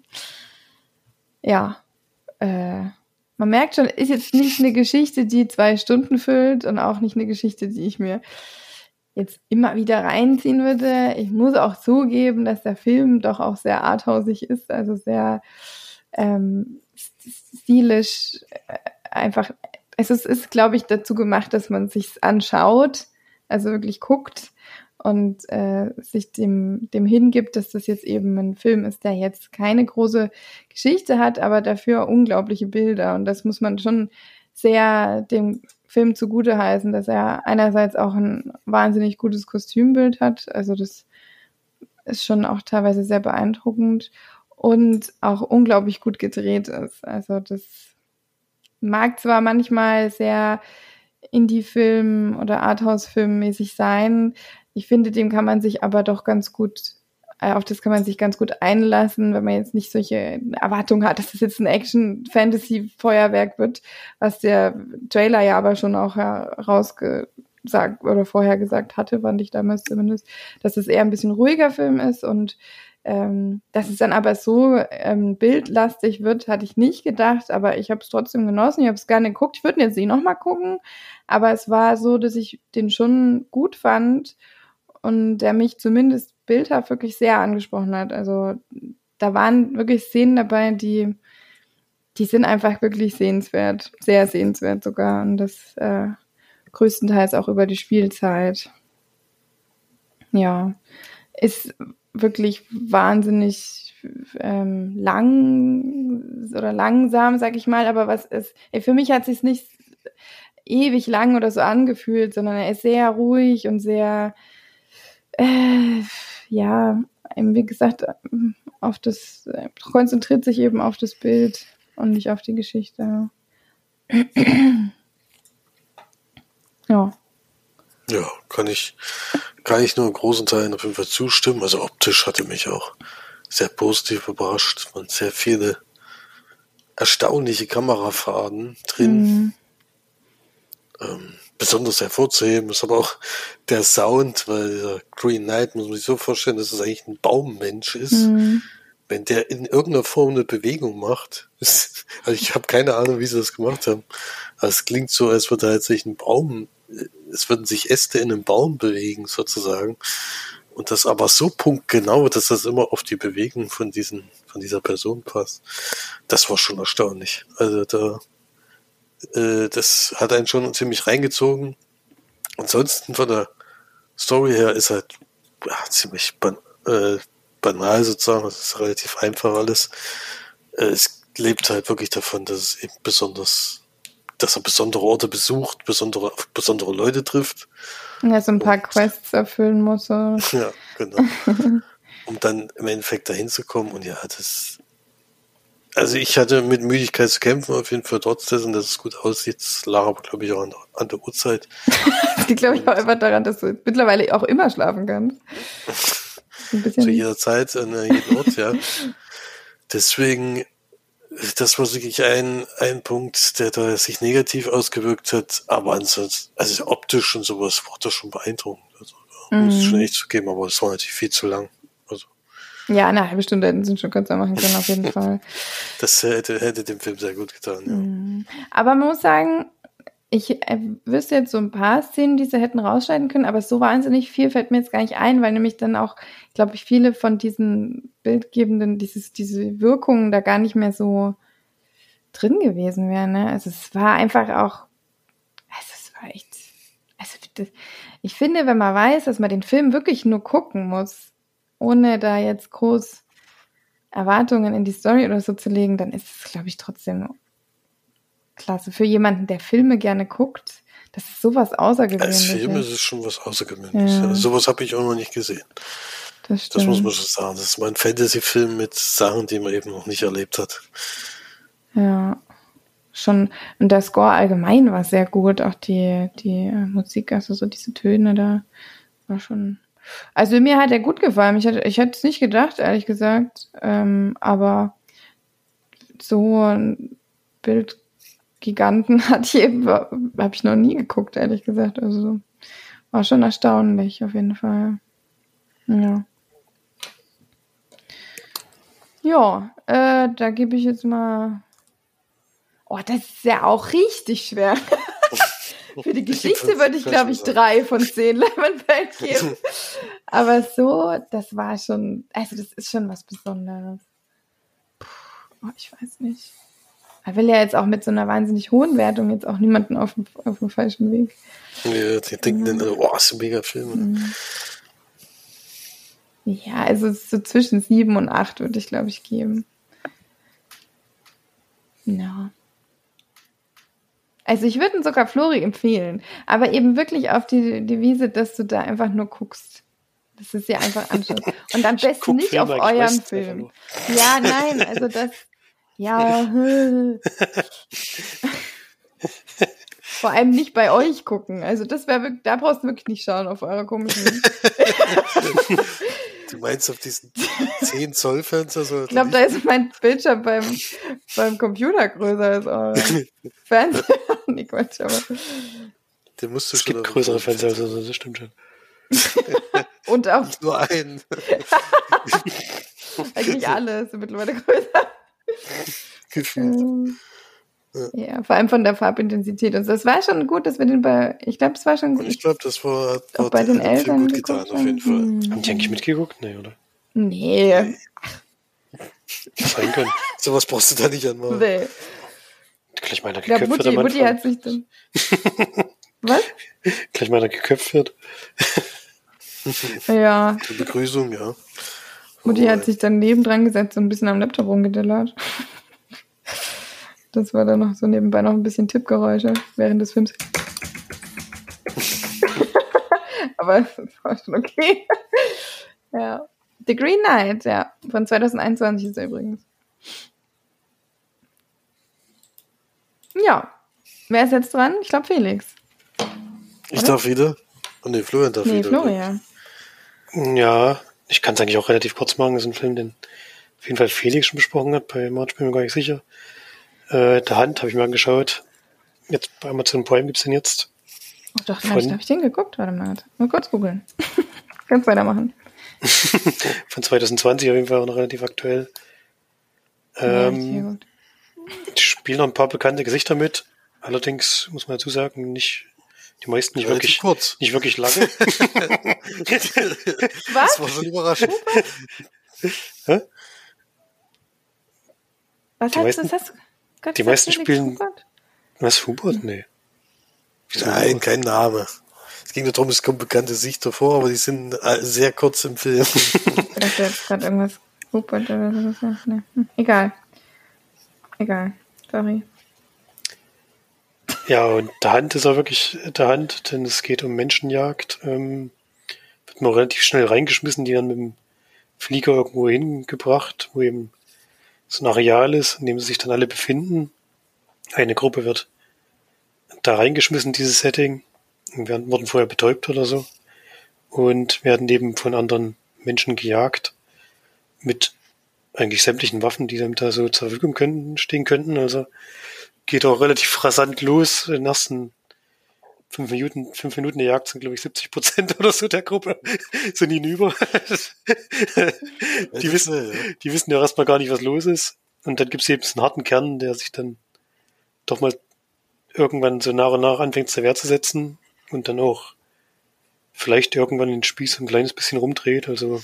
Ja, äh, man merkt schon, ist jetzt nicht eine Geschichte, die zwei Stunden füllt und auch nicht eine Geschichte, die ich mir jetzt immer wieder reinziehen würde. Ich muss auch zugeben, dass der Film doch auch sehr arthausig ist, also sehr ähm, stilisch, äh, einfach, es ist, ist glaube ich, dazu gemacht, dass man sich's anschaut, also wirklich guckt und äh, sich dem, dem hingibt, dass das jetzt eben ein Film ist, der jetzt keine große Geschichte hat, aber dafür unglaubliche Bilder. Und das muss man schon sehr dem Film zugute heißen, dass er einerseits auch ein wahnsinnig gutes Kostümbild hat, also das ist schon auch teilweise sehr beeindruckend und auch unglaublich gut gedreht ist. Also das mag zwar manchmal sehr Indie-Film oder Arthouse-Film-mäßig sein, ich finde, dem kann man sich aber doch ganz gut, äh, auf das kann man sich ganz gut einlassen, wenn man jetzt nicht solche Erwartungen hat, dass das jetzt ein Action-Fantasy-Feuerwerk wird, was der Trailer ja aber schon auch herausgesagt oder vorher gesagt hatte, fand ich damals zumindest, dass es eher ein bisschen ruhiger Film ist und ähm, dass es dann aber so ähm, bildlastig wird, hatte ich nicht gedacht, aber ich habe es trotzdem genossen, ich habe es gerne geguckt, ich würde ihn jetzt nicht nochmal gucken, aber es war so, dass ich den schon gut fand und der mich zumindest bildhaft wirklich sehr angesprochen hat. Also da waren wirklich Szenen dabei, die die sind einfach wirklich sehenswert, sehr sehenswert sogar und das äh, größtenteils auch über die Spielzeit. Ja, ist wirklich wahnsinnig ähm, lang oder langsam, sag ich mal, aber was ist, ey, für mich hat es sich nicht ewig lang oder so angefühlt, sondern er ist sehr ruhig und sehr Äh, ja, wie gesagt, auf das, äh, konzentriert sich eben auf das Bild und nicht auf die Geschichte. Ja. Ja, kann ich, kann ich nur in großen Teilen auf jeden Fall zustimmen. Also optisch hatte mich auch sehr positiv überrascht. Man sehr viele erstaunliche Kamerafahrten drin. Mhm. Ähm, besonders hervorzuheben ist aber auch der Sound, weil der Green Knight, muss man sich so vorstellen, dass es eigentlich ein Baummensch ist. Mhm. Wenn der in irgendeiner Form eine Bewegung macht, ist, also ich habe keine Ahnung, wie sie das gemacht haben, aber es klingt so, als würde halt sich ein Baum, es würden sich Äste in einem Baum bewegen, sozusagen. Und das aber so punktgenau, dass das immer auf die Bewegung von diesen, von dieser Person passt. Das war schon erstaunlich. Also da das hat einen schon ziemlich reingezogen. Ansonsten von der Story her ist halt ja, ziemlich ban- äh, banal sozusagen. Es ist relativ einfach alles. Äh, es lebt halt wirklich davon, dass es eben besonders, dass er besondere Orte besucht, besondere, auf besondere Leute trifft. Ja, so ein paar Und, Quests erfüllen muss. Oder? Ja, genau. Um dann im Endeffekt dahin zu kommen. Und ja, das Also ich hatte mit Müdigkeit zu kämpfen, auf jeden Fall trotz dessen, dass es gut aussieht. Das lag aber, glaube ich, auch an der, an der Uhrzeit. Das liegt, glaube ich, auch einfach daran, dass du mittlerweile auch immer schlafen kannst. Ein bisschen Zu jeder Zeit, an jedem Ort, ja. Deswegen, das war wirklich ein, ein Punkt, der da sich negativ ausgewirkt hat. Aber ansonsten, also optisch und sowas, war das schon beeindruckend. Also, mhm. Muss ich schon echt zugeben, aber es war natürlich viel zu lang. Also. Ja, eine halbe Stunde hätten sie schon kürzer machen können, auf jeden Fall. Das hätte, hätte dem Film sehr gut getan, ja. Mhm. Aber man muss sagen, ich äh, wüsste jetzt so ein paar Szenen, die sie hätten rausschneiden können, aber so wahnsinnig viel fällt mir jetzt gar nicht ein, weil nämlich dann auch, glaube ich, viele von diesen bildgebenden, dieses, diese Wirkungen da gar nicht mehr so drin gewesen wären. Ne? Also es war einfach auch, also es war echt, also das, ich finde, wenn man weiß, dass man den Film wirklich nur gucken muss, ohne da jetzt groß Erwartungen in die Story oder so zu legen, dann ist es, glaube ich, trotzdem klasse. Für jemanden, der Filme gerne guckt, das ist sowas Außergewöhnliches. Als Film ist es schon was Außergewöhnliches. Ja. Also sowas habe ich auch noch nicht gesehen. Das, das muss man schon sagen. Das ist mal ein Fantasy-Film mit Sachen, die man eben noch nicht erlebt hat. Ja. schon, und der Score allgemein war sehr gut, auch die, die äh, Musik, also so diese Töne da, war schon, also mir hat er gut gefallen, ich hätte, ich hätte es nicht gedacht, ehrlich gesagt, ähm, aber so ein Bildgiganten hat ich eben, habe ich noch nie geguckt, ehrlich gesagt, also war schon erstaunlich, auf jeden Fall, ja. Ja, äh, da gebe ich jetzt mal. Oh, das ist ja auch richtig schwer. Für die Geschichte würde ich, glaube ich, drei von zehn Lemonbell geben. Aber so, das war schon, also das ist schon was Besonderes. Puh, oh, ich weiß nicht. Er will ja jetzt auch mit so einer wahnsinnig hohen Wertung jetzt auch niemanden auf dem, auf dem falschen Weg. Ja, die denken dann, oh, ist ein mega Film. Mhm. Ja, also so zwischen sieben und acht würde ich, glaube ich, geben. Ja. Also ich würde ihn sogar Flori empfehlen, aber eben wirklich auf die Devise, dass du da einfach nur guckst. Das ist ja einfach anschaust. Und am besten nicht auf euren Film. Ja, nein, also das, ja. Vor allem nicht bei euch gucken. Also das wäre wirklich, da brauchst du wirklich nicht schauen auf eurer komischen. Du meinst auf diesen zehn Zoll Fernseher? So, ich glaube, da ist mein Bildschirm beim, beim Computer größer als euer Fernseher. Nee, Quatsch, aber. Den musst du es schon gibt größere Fernseher, also das stimmt schon. Und auch. Nur einen. Eigentlich alle sind mittlerweile größer. Gefühlt. Ähm, ja, vor allem von der Farbintensität. Und das war schon gut, dass wir den bei, ich glaube, das war schon gut. Ich glaube, das war, hat, auch bei den Eltern gut getan, auf jeden Fall. Hm. Haben die eigentlich mitgeguckt? Nee, oder? Nee. Sein können. Sowas brauchst du da nicht anmachen. Nee. Gleich meiner Ich glaube, geköpft Mutti, wird. Mutti hat sich dann. Was? Gleich meiner geköpft wird. Ja. Die Begrüßung, ja. Mutti hat sich dann nebendran gesetzt und ein bisschen am Laptop rumgedillert. Das war dann noch so nebenbei noch ein bisschen Tippgeräusche während des Films. Aber das war schon okay. Ja. The Green Knight, ja. Von zwanzig einundzwanzig ist er übrigens. Ja. Wer ist jetzt dran? Ich glaube Felix. Ich Oder? darf wieder? Oh ne, Florian darf nee, wieder. Florian. Ja, ich kann es eigentlich auch relativ kurz machen. Das ist ein Film, den auf jeden Fall Felix schon besprochen hat. Bei March bin ich mir gar nicht sicher. Äh, der Hand habe ich mir angeschaut. Jetzt bei Amazon Prime gibt es den jetzt. Oh, doch, vielleicht habe ich den geguckt. Warte mal. Mal kurz googeln. Kannst weitermachen. Von zwanzig zwanzig auf jeden Fall auch noch relativ aktuell. Ähm, ja, spielen noch ein paar bekannte Gesichter mit. Allerdings muss man dazu sagen, nicht die meisten nicht wirklich kurz. Nicht wirklich lange. Was? Das war schon überraschend. Hä? Was die heißt meisten, das? Hast du Gott, die meisten Felix spielen. Hubert? Was, Hubert? Nee. Wieso Nein, Hubert? Kein Name. Es ging nur darum, es kommen bekannte Gesichter vor, aber die sind sehr kurz im Film. Ich dachte jetzt gerade irgendwas. Hubert oder so. Nee. Hm. Egal. Egal. Sorry. Ja, und der Hand ist auch wirklich der Hand, denn es geht um Menschenjagd. Ähm, wird man relativ schnell reingeschmissen, die dann mit dem Flieger irgendwo hingebracht, wo eben so ein Areal ist, in dem sie sich dann alle befinden. Eine Gruppe wird da reingeschmissen, dieses Setting, und werden, wurden vorher betäubt oder so und werden eben von anderen Menschen gejagt mit eigentlich sämtlichen Waffen, die damit da so zur Verfügung können, stehen könnten. Also geht auch relativ rasant los. In den ersten fünf Minuten, fünf Minuten der Jagd sind, glaube ich, siebzig Prozent oder so der Gruppe sind hinüber. die wissen, die wissen ja erstmal gar nicht, was los ist. Und dann gibt es eben so einen harten Kern, der sich dann doch mal irgendwann so nach und nach anfängt zur Wehr zu setzen und dann auch vielleicht irgendwann den Spieß ein kleines bisschen rumdreht. Also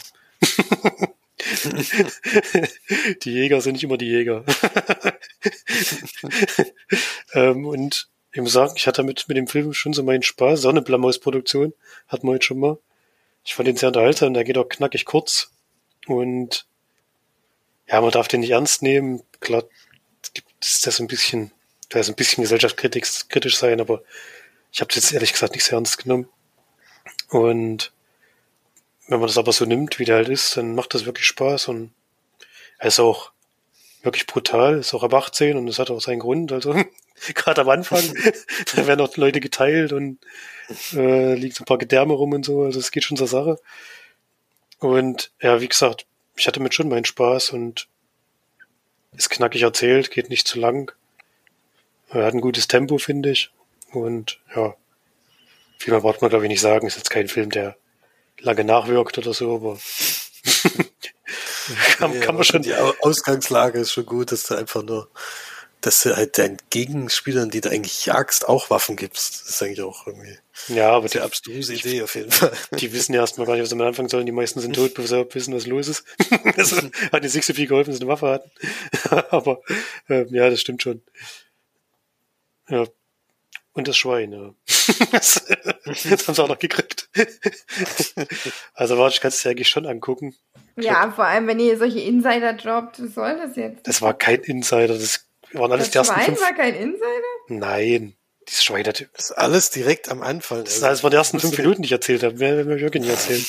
die Jäger sind nicht immer die Jäger. ähm, und ich muss sagen, ich hatte mit, mit dem Film schon so meinen Spaß. So eine Blumhouse-Produktion hatten wir jetzt schon mal. Ich fand den sehr unterhaltsam, der geht auch knackig kurz. Und ja, man darf den nicht ernst nehmen. Klar, ist das ein bisschen, da ist ein bisschen gesellschaftskritisch sein, aber ich habe es jetzt ehrlich gesagt nicht sehr ernst genommen. Und wenn man das aber so nimmt, wie der halt ist, dann macht das wirklich Spaß und er ist auch wirklich brutal, ist auch ab achtzehn und das hat auch seinen Grund, also gerade am Anfang, da werden auch Leute geteilt und äh, liegt so ein paar Gedärme rum und so, also es geht schon zur Sache. Und ja, wie gesagt, ich hatte mit schon meinen Spaß und ist knackig erzählt, geht nicht zu lang. Er hat ein gutes Tempo, finde ich. Und ja, viel mehr braucht man, glaube ich, nicht sagen. Ist jetzt kein Film, der lange nachwirkt oder so, aber kann, ja, kann man schon. Die Ausgangslage ist schon gut, dass du einfach nur, dass du halt deinen Gegenspielern, die du eigentlich jagst, auch Waffen gibst. Das ist eigentlich auch irgendwie ja, aber eine die, abstruse Idee auf jeden Fall. Die wissen ja erstmal gar nicht, was sie damit anfangen sollen. Die meisten sind tot, bevor sie wissen, was los ist. Das hat ihnen nicht so viel geholfen, dass sie eine Waffe hatten. Aber äh, ja, das stimmt schon. Ja. Und das Schwein, ja. Das, das haben sie auch noch gekriegt. Also warte, ich kann es dir eigentlich schon angucken. Ja, glaub, vor allem, wenn ihr solche Insider droppt, was soll das jetzt? Das war kein Insider, das waren alles das die ersten Schwein fünf. war kein Insider? Nein, dieses Schwein hat... Das ist alles direkt am Anfang. Das, das waren die ersten fünf Minuten, die ich erzählt habe. Mehr will ich wirklich nicht erzählen.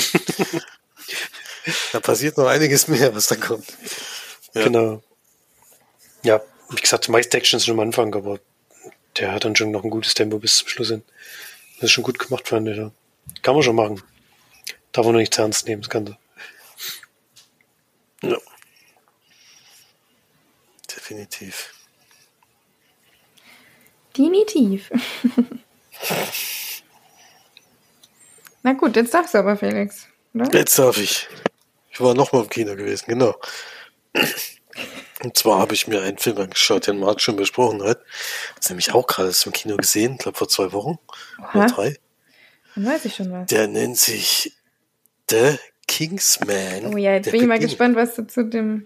Da passiert noch einiges mehr, was da kommt. Ja. Genau. Ja, wie gesagt, die meiste Action ist schon am Anfang, aber der hat dann schon noch ein gutes Tempo bis zum Schluss hin. Das ist schon gut gemacht, fand ich. Ja. Kann man schon machen. Darf man nur nicht zu ernst nehmen, das Ganze. Ja. Definitiv. Definitiv. Na gut, jetzt darfst du aber, Felix. Oder? Jetzt darf ich. Ich war nochmal im Kino gewesen, genau. Und zwar habe ich mir einen Film angeschaut, den Marc schon besprochen hat. Das ist nämlich auch gerade im Kino gesehen, ich glaube vor zwei Wochen Aha. oder drei. Dann weiß ich schon was. Der nennt sich The Kingsman. Oh ja, jetzt der bin ich mal Beginn. gespannt, was du zu dem...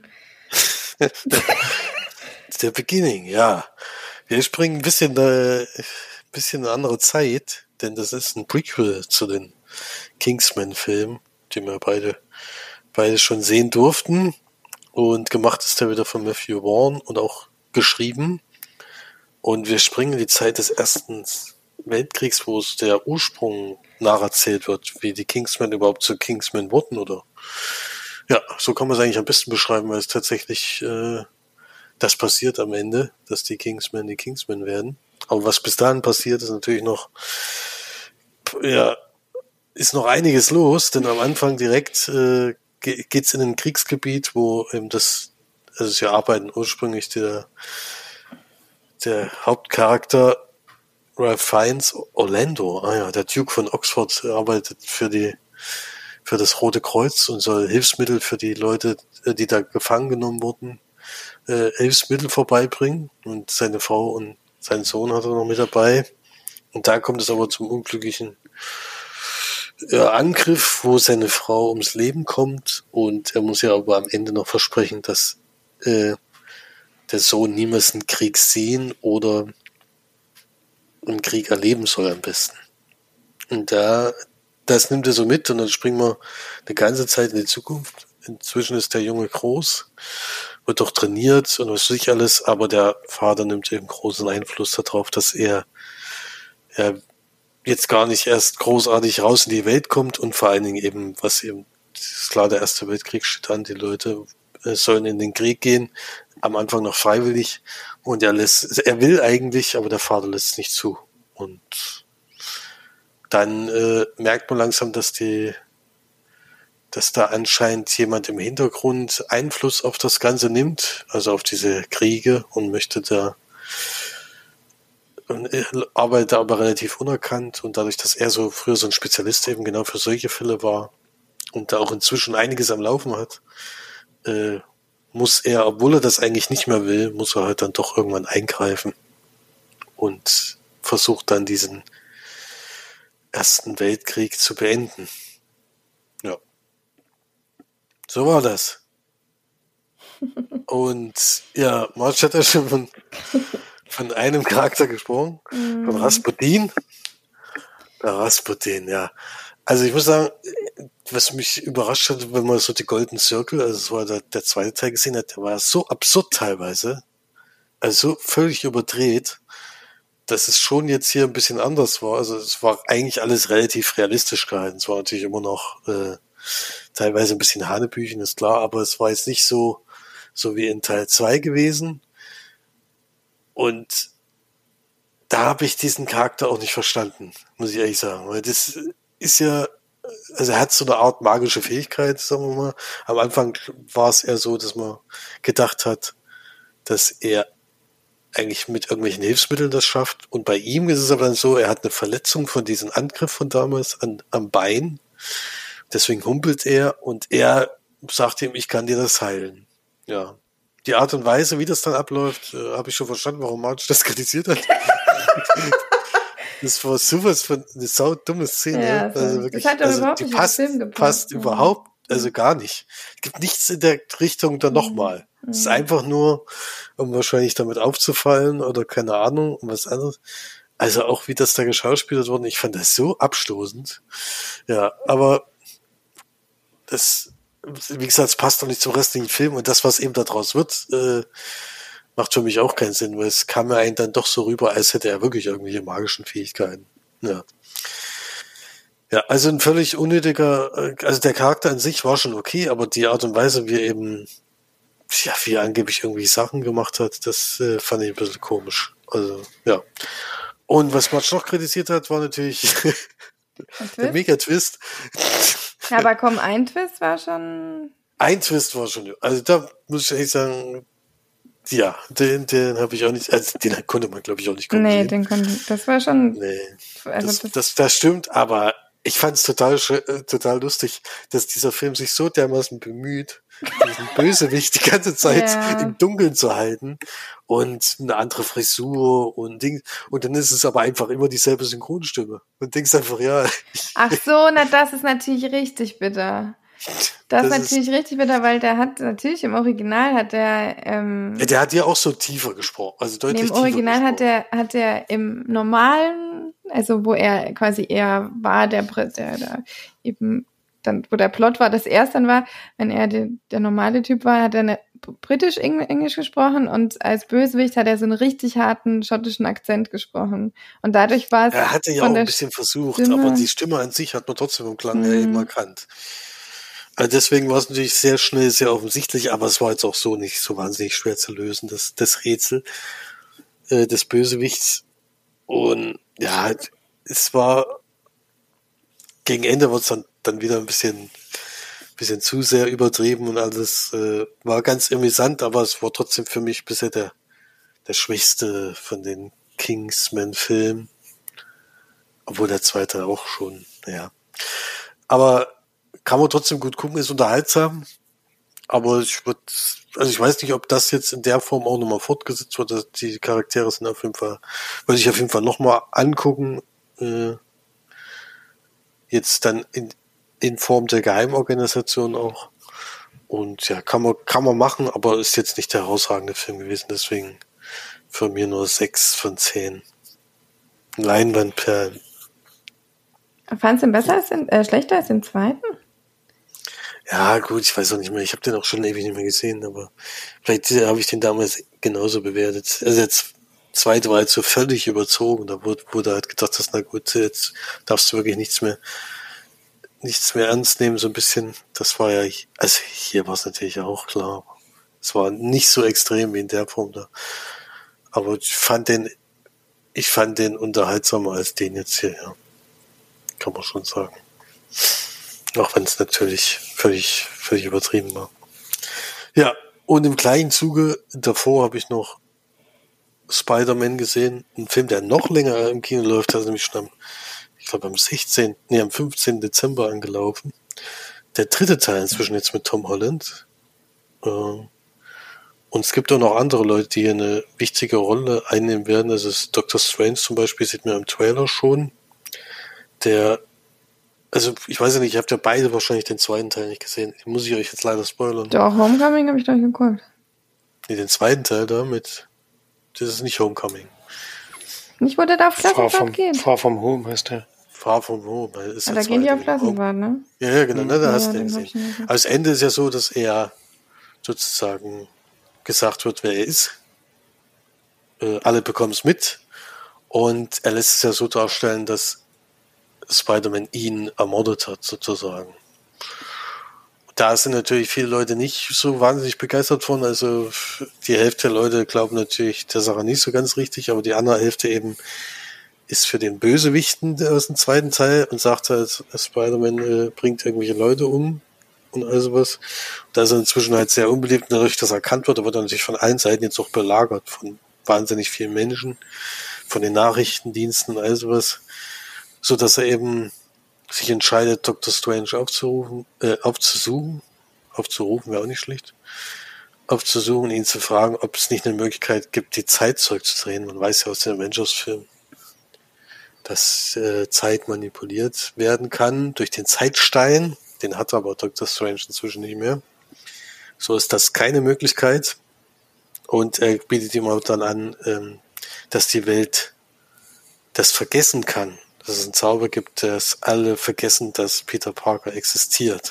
Der Beginning, ja. Wir springen ein bisschen, äh, bisschen eine andere Zeit, denn das ist ein Prequel zu den Kingsman-Filmen, die wir beide, beide schon sehen durften. Und gemacht ist der wieder von Matthew Vaughn und auch geschrieben. Und wir springen in die Zeit des Ersten Weltkriegs, wo es der Ursprung nacherzählt wird, wie die Kingsmen überhaupt zu Kingsmen wurden, oder? Ja, so kann man es eigentlich am besten beschreiben, weil es tatsächlich äh, das passiert am Ende, dass die Kingsmen die Kingsmen werden. Aber was bis dahin passiert, ist natürlich noch, ja, ist noch einiges los, denn am Anfang direkt äh, geht's in ein Kriegsgebiet, wo eben das, also sie arbeiten ursprünglich der, der Hauptcharakter Ralph Fiennes, Orlando, ah ja, der Duke von Oxford arbeitet für die, für das Rote Kreuz und soll Hilfsmittel für die Leute, die da gefangen genommen wurden, äh, Hilfsmittel vorbeibringen, und seine Frau und seinen Sohn hat er noch mit dabei. Und da kommt es aber zum unglücklichen ja, Angriff, wo seine Frau ums Leben kommt, und er muss ja aber am Ende noch versprechen, dass äh, der Sohn niemals einen Krieg sehen oder einen Krieg erleben soll am besten. Und da, das nimmt er so mit, und dann springen wir eine ganze Zeit in die Zukunft. Inzwischen ist der Junge groß, wird doch trainiert und was weiß ich alles, aber der Vater nimmt eben großen Einfluss darauf, dass er ja jetzt gar nicht erst großartig raus in die Welt kommt, und vor allen Dingen eben, was eben, ist klar, der Erste Weltkrieg steht an, die Leute sollen in den Krieg gehen, am Anfang noch freiwillig, und er lässt, er will eigentlich, aber der Vater lässt es nicht zu. Und dann äh, merkt man langsam, dass die, dass da anscheinend jemand im Hintergrund Einfluss auf das Ganze nimmt, also auf diese Kriege, und möchte da und er arbeitet aber relativ unerkannt, und dadurch, dass er so früher so ein Spezialist eben genau für solche Fälle war und da auch inzwischen einiges am Laufen hat, äh, muss er, obwohl er das eigentlich nicht mehr will, muss er halt dann doch irgendwann eingreifen und versucht dann diesen Ersten Weltkrieg zu beenden. Ja. So war das. Und ja, Marc hat ja schon von von einem Charakter gesprochen, mm. von Rasputin. Der Rasputin, ja. Also ich muss sagen, was mich überrascht hat, wenn man so die Golden Circle, also es war der, der zweite Teil gesehen hat, der war so absurd teilweise, also so völlig überdreht, dass es schon jetzt hier ein bisschen anders war. Also es war eigentlich alles relativ realistisch gehalten. Es war natürlich immer noch äh, teilweise ein bisschen Hanebüchen, ist klar, aber es war jetzt nicht so so wie in Teil zwei gewesen. Und da habe ich diesen Charakter auch nicht verstanden, muss ich ehrlich sagen. Weil das ist ja, also er hat so eine Art magische Fähigkeit, sagen wir mal. Am Anfang war es eher so, dass man gedacht hat, dass er eigentlich mit irgendwelchen Hilfsmitteln das schafft. Und bei ihm ist es aber dann so, er hat eine Verletzung von diesem Angriff von damals an, am Bein. Deswegen humpelt er und er sagt ihm, ich kann dir das heilen. Ja. Die Art und Weise, wie das dann abläuft, äh, habe ich schon verstanden, warum Marge das kritisiert hat. Das war sowas von eine sau dumme Szene. Ja, so. Also wirklich, Das hat doch also überhaupt die nicht passt, in den Film gepasst. passt Mhm. überhaupt, also gar nicht. Es gibt nichts in der Richtung dann nochmal. Mhm. Es ist einfach nur, um wahrscheinlich damit aufzufallen oder keine Ahnung, um was anderes. Also auch wie das da geschauspielert wurde, ich fand das so abstoßend. Ja, aber das, wie gesagt, es passt doch nicht zum restlichen Film und das, was eben daraus wird, äh, macht für mich auch keinen Sinn, weil es kam mir einen dann doch so rüber, als hätte er wirklich irgendwelche magischen Fähigkeiten. Ja. Ja, also ein völlig unnötiger, also der Charakter an sich war schon okay, aber die Art und Weise, wie er eben, ja, wie er angeblich irgendwie Sachen gemacht hat, das äh, fand ich ein bisschen komisch. Also, ja. Und was Matsch noch kritisiert hat, war natürlich der Mega-Twist. Ja, aber komm, ein Twist war schon... Ein Twist war schon, also da muss ich ehrlich sagen, ja, den, den habe ich auch nicht, also den konnte man, glaube ich, auch nicht kommen Nee, sehen. den konnte, das war schon... Nee, also das, das, das, das stimmt, aber ich fand es total, äh, total lustig, dass dieser Film sich so dermaßen bemüht, diesen Bösewicht die ganze Zeit Ja. im Dunkeln zu halten und eine andere Frisur und Ding. Und dann ist es aber einfach immer dieselbe Synchronstimme. Und denkst einfach, ja. Ach so, na das ist natürlich richtig bitter. Das, Das ist natürlich richtig bitter, weil der hat natürlich im Original hat der ähm, Ja, der hat ja auch so tiefer gesprochen, also nee, deutlich im tiefer Original gesprochen. hat der hat der im normalen, also wo er quasi eher war, der Pr- der, der eben dann, wo der Plot war, dass er es dann war, wenn er der, der normale Typ war, hat er eine britisch Eng- Englisch gesprochen und als Bösewicht hat er so einen richtig harten schottischen Akzent gesprochen. Und dadurch war es Er hatte ja auch von ein der bisschen versucht, Stimme- aber die Stimme an sich hat man trotzdem im Klang her Mhm. eben erkannt. Also deswegen war es natürlich sehr schnell, sehr offensichtlich, aber es war jetzt auch so nicht so wahnsinnig schwer zu lösen, das, das Rätsel äh, des Bösewichts. Und ja, es war gegen Ende wurde es dann, dann wieder ein bisschen, bisschen zu sehr übertrieben und alles äh, war ganz amüsant, aber es war trotzdem für mich bisher der, der schwächste von den Kingsman-Filmen. Obwohl der zweite auch schon, ja. Aber kann man trotzdem gut gucken, ist unterhaltsam. Aber ich würde, also ich weiß nicht, ob das jetzt in der Form auch nochmal fortgesetzt wird. Die Charaktere sind auf jeden Fall, würde ich auf jeden Fall nochmal angucken. Äh, jetzt dann in, in Form der Geheimorganisation auch. Und ja, kann man, kann man machen, aber ist jetzt nicht der herausragende Film gewesen. Deswegen für mir nur sechs von zehn Leinwandperlen. Fandst du ihn besser als den, äh, schlechter als den zweiten? Ja, gut, ich weiß auch nicht mehr. Ich habe den auch schon ewig nicht mehr gesehen, aber vielleicht habe ich den damals genauso bewertet. Also jetzt zweite war jetzt so völlig überzogen. Da wurde, wurde halt gedacht, dass na gut, jetzt darfst du wirklich nichts mehr, nichts mehr ernst nehmen, so ein bisschen. Das war ja, also hier war es natürlich auch klar. Es war nicht so extrem wie in der Form da. Aber ich fand den, ich fand den unterhaltsamer als den jetzt hier, ja. Kann man schon sagen. Auch wenn es natürlich völlig, völlig übertrieben war. Ja, und im gleichen Zuge davor habe ich noch Spider-Man gesehen. Ein Film, der noch länger im Kino läuft, also nämlich schon am, ich glaube am sechzehnten, nee, am fünfzehnten Dezember angelaufen. Der dritte Teil inzwischen jetzt mit Tom Holland. Und es gibt auch noch andere Leute, die hier eine wichtige Rolle einnehmen werden. Also Doctor Strange zum Beispiel sieht man im Trailer schon. Der Also, ich weiß ja nicht, ihr habt ja beide wahrscheinlich den zweiten Teil nicht gesehen. Den muss ich euch jetzt leider spoilern. Doch, Homecoming habe ich doch geguckt. Nee, den zweiten Teil da mit, das ist nicht Homecoming. Nicht, wo der da auf Far Klassenfahrt from, geht. Far from Home heißt der. Far from Home. Ist Ah, der da gehen die zweite. auf Klassenfahrt, ne? Ja, ja, genau, ne, da Ja, hast du den den hab gesehen. ich nicht gesehen. Aber das Ende ist ja so, dass er sozusagen gesagt wird, wer er ist. Äh, alle bekommen es mit. Und er lässt es ja so darstellen, dass Spider-Man ihn ermordet hat, sozusagen. da sind natürlich viele Leute nicht so wahnsinnig begeistert von. Also die Hälfte der Leute glauben natürlich der Sache nicht so ganz richtig, aber die andere Hälfte eben ist für den Bösewichten aus dem zweiten Teil und sagt halt, Spider-Man äh, bringt irgendwelche Leute um und all sowas. Da ist er inzwischen halt sehr unbeliebt, dadurch, dass er erkannt wird, da wird er natürlich von allen Seiten jetzt auch belagert, von wahnsinnig vielen Menschen, von den Nachrichtendiensten und all sowas, so dass er eben sich entscheidet, Doktor Strange aufzurufen, äh, aufzusuchen, aufzurufen wäre auch nicht schlecht, aufzusuchen, ihn zu fragen, ob es nicht eine Möglichkeit gibt, die Zeit zurückzudrehen. Man weiß ja aus den Avengers-Filmen, dass äh, Zeit manipuliert werden kann durch den Zeitstein. Den hat aber Doktor Strange inzwischen nicht mehr. So ist das keine Möglichkeit. Und er bietet ihm auch dann an, ähm, dass die Welt das vergessen kann. Dass es einen Zauber gibt, dass alle vergessen, dass Peter Parker existiert.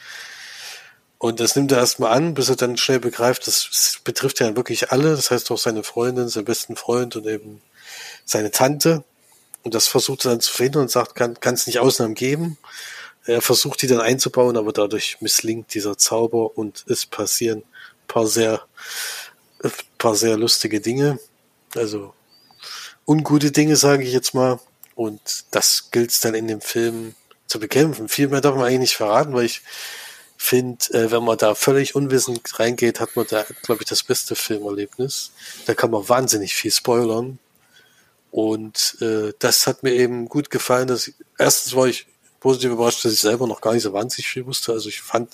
Und das nimmt er erstmal an, bis er dann schnell begreift, das betrifft ja wirklich alle. Das heißt auch seine Freundin, seinen besten Freund und eben seine Tante. Und das versucht er dann zu verhindern und sagt, kann es nicht Ausnahmen geben. Er versucht, die dann einzubauen, aber dadurch misslingt dieser Zauber und es passieren ein paar sehr, ein paar sehr lustige Dinge. Also ungute Dinge, sage ich jetzt mal. Und das gilt es dann in dem Film zu bekämpfen. Viel mehr darf man eigentlich nicht verraten, weil ich finde, äh, wenn man da völlig unwissend reingeht, hat man da, glaube ich, das beste Filmerlebnis. Da kann man wahnsinnig viel spoilern. Und äh, das hat mir eben gut gefallen. Dass ich, erstens war ich positiv überrascht, dass ich selber noch gar nicht so wahnsinnig viel wusste. Also ich fand,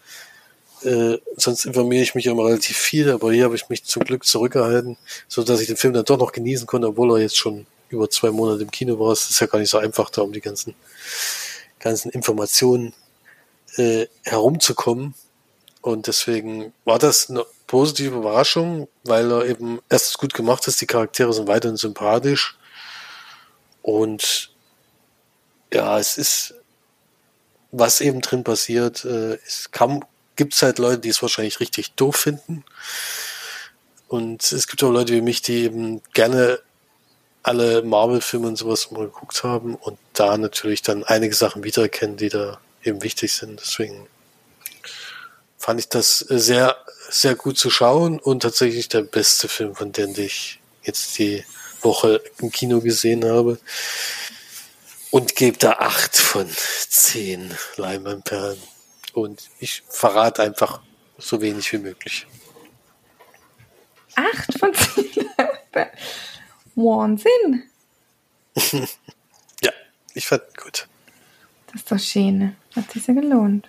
äh, sonst informiere ich mich immer relativ viel, aber hier habe ich mich zum Glück zurückgehalten, so dass ich den Film dann doch noch genießen konnte, obwohl er jetzt schon über zwei Monate im Kino war. Es ist ja gar nicht so einfach, da um die ganzen ganzen Informationen äh, herumzukommen. Und deswegen war das eine positive Überraschung, weil er eben erstens gut gemacht ist, die Charaktere sind weiterhin sympathisch und ja, es ist, was eben drin passiert, äh, es kann, gibt es halt Leute, die es wahrscheinlich richtig doof finden und es gibt auch Leute wie mich, die eben gerne alle Marvel-Filme und sowas mal geguckt haben und da natürlich dann einige Sachen wiedererkennen, die da eben wichtig sind. Deswegen fand ich das sehr, sehr gut zu schauen und tatsächlich der beste Film, von dem ich jetzt die Woche im Kino gesehen habe. Und gebe da acht von zehn Leinwandperlen. Und ich verrate einfach so wenig wie möglich. Acht von zehn Leinwandperlen? Wahnsinn. Ja, ich fand ihn gut. Das ist doch schön. Hat sich ja gelohnt.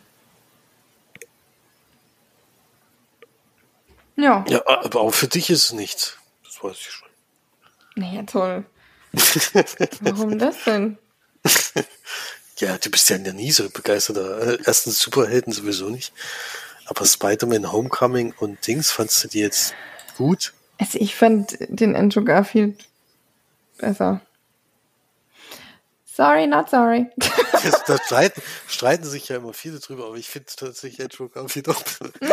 Ja. Ja, aber auch für dich ist es nichts. Das weiß ich schon. Naja, toll. Warum das denn? Ja, du bist ja nie so begeisterter. Erstens Superhelden sowieso nicht. Aber Spider-Man Homecoming und Dings, fandst du die jetzt gut? Also ich fand den Andrew Garfield besser. Sorry, not sorry. Das, da streiten, streiten sich ja immer viele drüber, aber ich finde tatsächlich Andrew Garfield auch.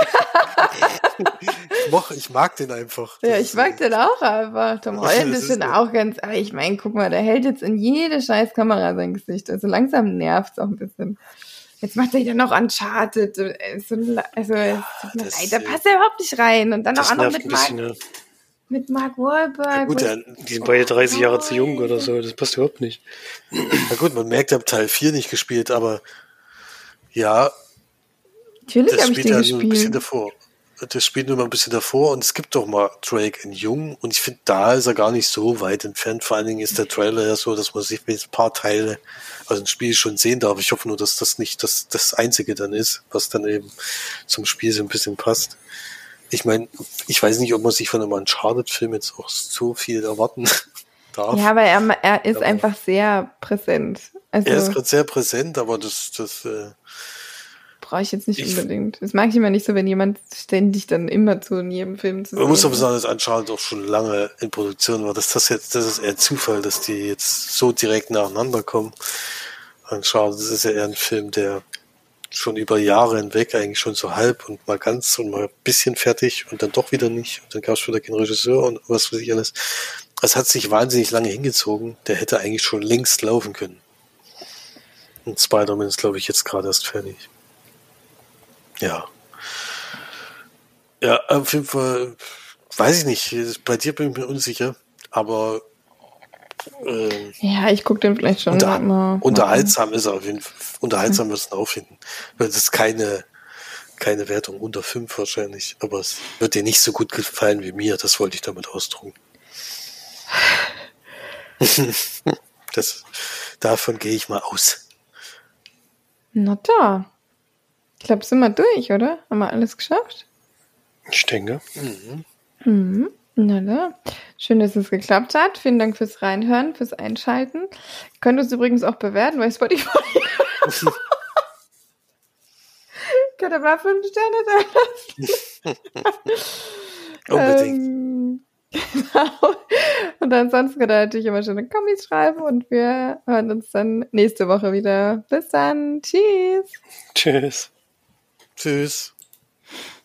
ich, moch, ich mag den einfach. Ja, ich mag den auch einfach. Tom Holland ist schon auch ganz, aber ich meine, guck mal, der hält jetzt in jede scheiß Kamera sein Gesicht. Also langsam nervt es auch ein bisschen. Jetzt macht er ja noch Uncharted. Also, also ja, es tut mir leid, da passt er überhaupt nicht rein. Und dann noch auch noch mit Mark, ja. mit Mark Wahlberg. Ja, gut, ja, die sind beide dreißig Jahre zu jung oder so. Das passt überhaupt nicht. Na gut, man merkt, er hat Teil vier nicht gespielt, aber ja, natürlich das habe ich spielt den ja gespielt. nur ein bisschen davor. Das spielt nur mal ein bisschen davor und es gibt doch mal Drake in Jung und ich finde, da ist er gar nicht so weit entfernt. Vor allen Dingen ist der Trailer ja so, dass man sich mit ein paar Teile aus dem Spiel schon sehen darf. Ich hoffe nur, dass das nicht das, das Einzige dann ist, was dann eben zum Spiel so ein bisschen passt. Ich meine, ich weiß nicht, ob man sich von einem Uncharted-Film jetzt auch so viel erwarten darf. Ja, aber er, er ist aber einfach sehr präsent. Also, er ist gerade sehr präsent, aber das, das äh, brauche ich jetzt nicht ich, unbedingt. Das mag ich immer nicht so, wenn jemand ständig dann immer zu in jedem Film zu sehen. Man muss aber sagen, dass Uncharted auch schon lange in Produktion war. Das, das, jetzt, das ist eher Zufall, dass die jetzt so direkt nacheinander kommen. Uncharted, das ist ja eher ein Film, der schon über Jahre hinweg eigentlich schon so halb und mal ganz und mal ein bisschen fertig und dann doch wieder nicht. Und dann gab es wieder keinen Regisseur und was weiß ich alles. Es hat sich wahnsinnig lange hingezogen. Der hätte eigentlich schon längst laufen können. Und Spider-Man ist, glaube ich, jetzt gerade erst fertig. Ja. Ja, auf jeden Fall, weiß ich nicht, bei dir bin ich mir unsicher, aber äh, Ja, ich gucke den vielleicht schon unter, mal. unterhaltsam mal. Ist er auf jeden Fall, unterhaltsam wirst du ihn auch finden. Weil das ist keine, keine Wertung unter fünf wahrscheinlich, aber es wird dir nicht so gut gefallen wie mir, das wollte ich damit ausdrücken. das, davon gehe ich mal aus. Na da. Ich glaube, sind wir durch, oder? Haben wir alles geschafft? Ich denke. Mhm. Mhm. Na da. Schön, dass es geklappt hat. Vielen Dank fürs Reinhören, fürs Einschalten. Könnt uns übrigens auch bewerten bei Spotify. Könnt ihr mal fünf Sterne da lassen. Unbedingt. Ähm, genau. Und ansonsten könnt ihr natürlich immer schöne Kommis schreiben und wir hören uns dann nächste Woche wieder. Bis dann. Tschüss. Tschüss. Tschüss.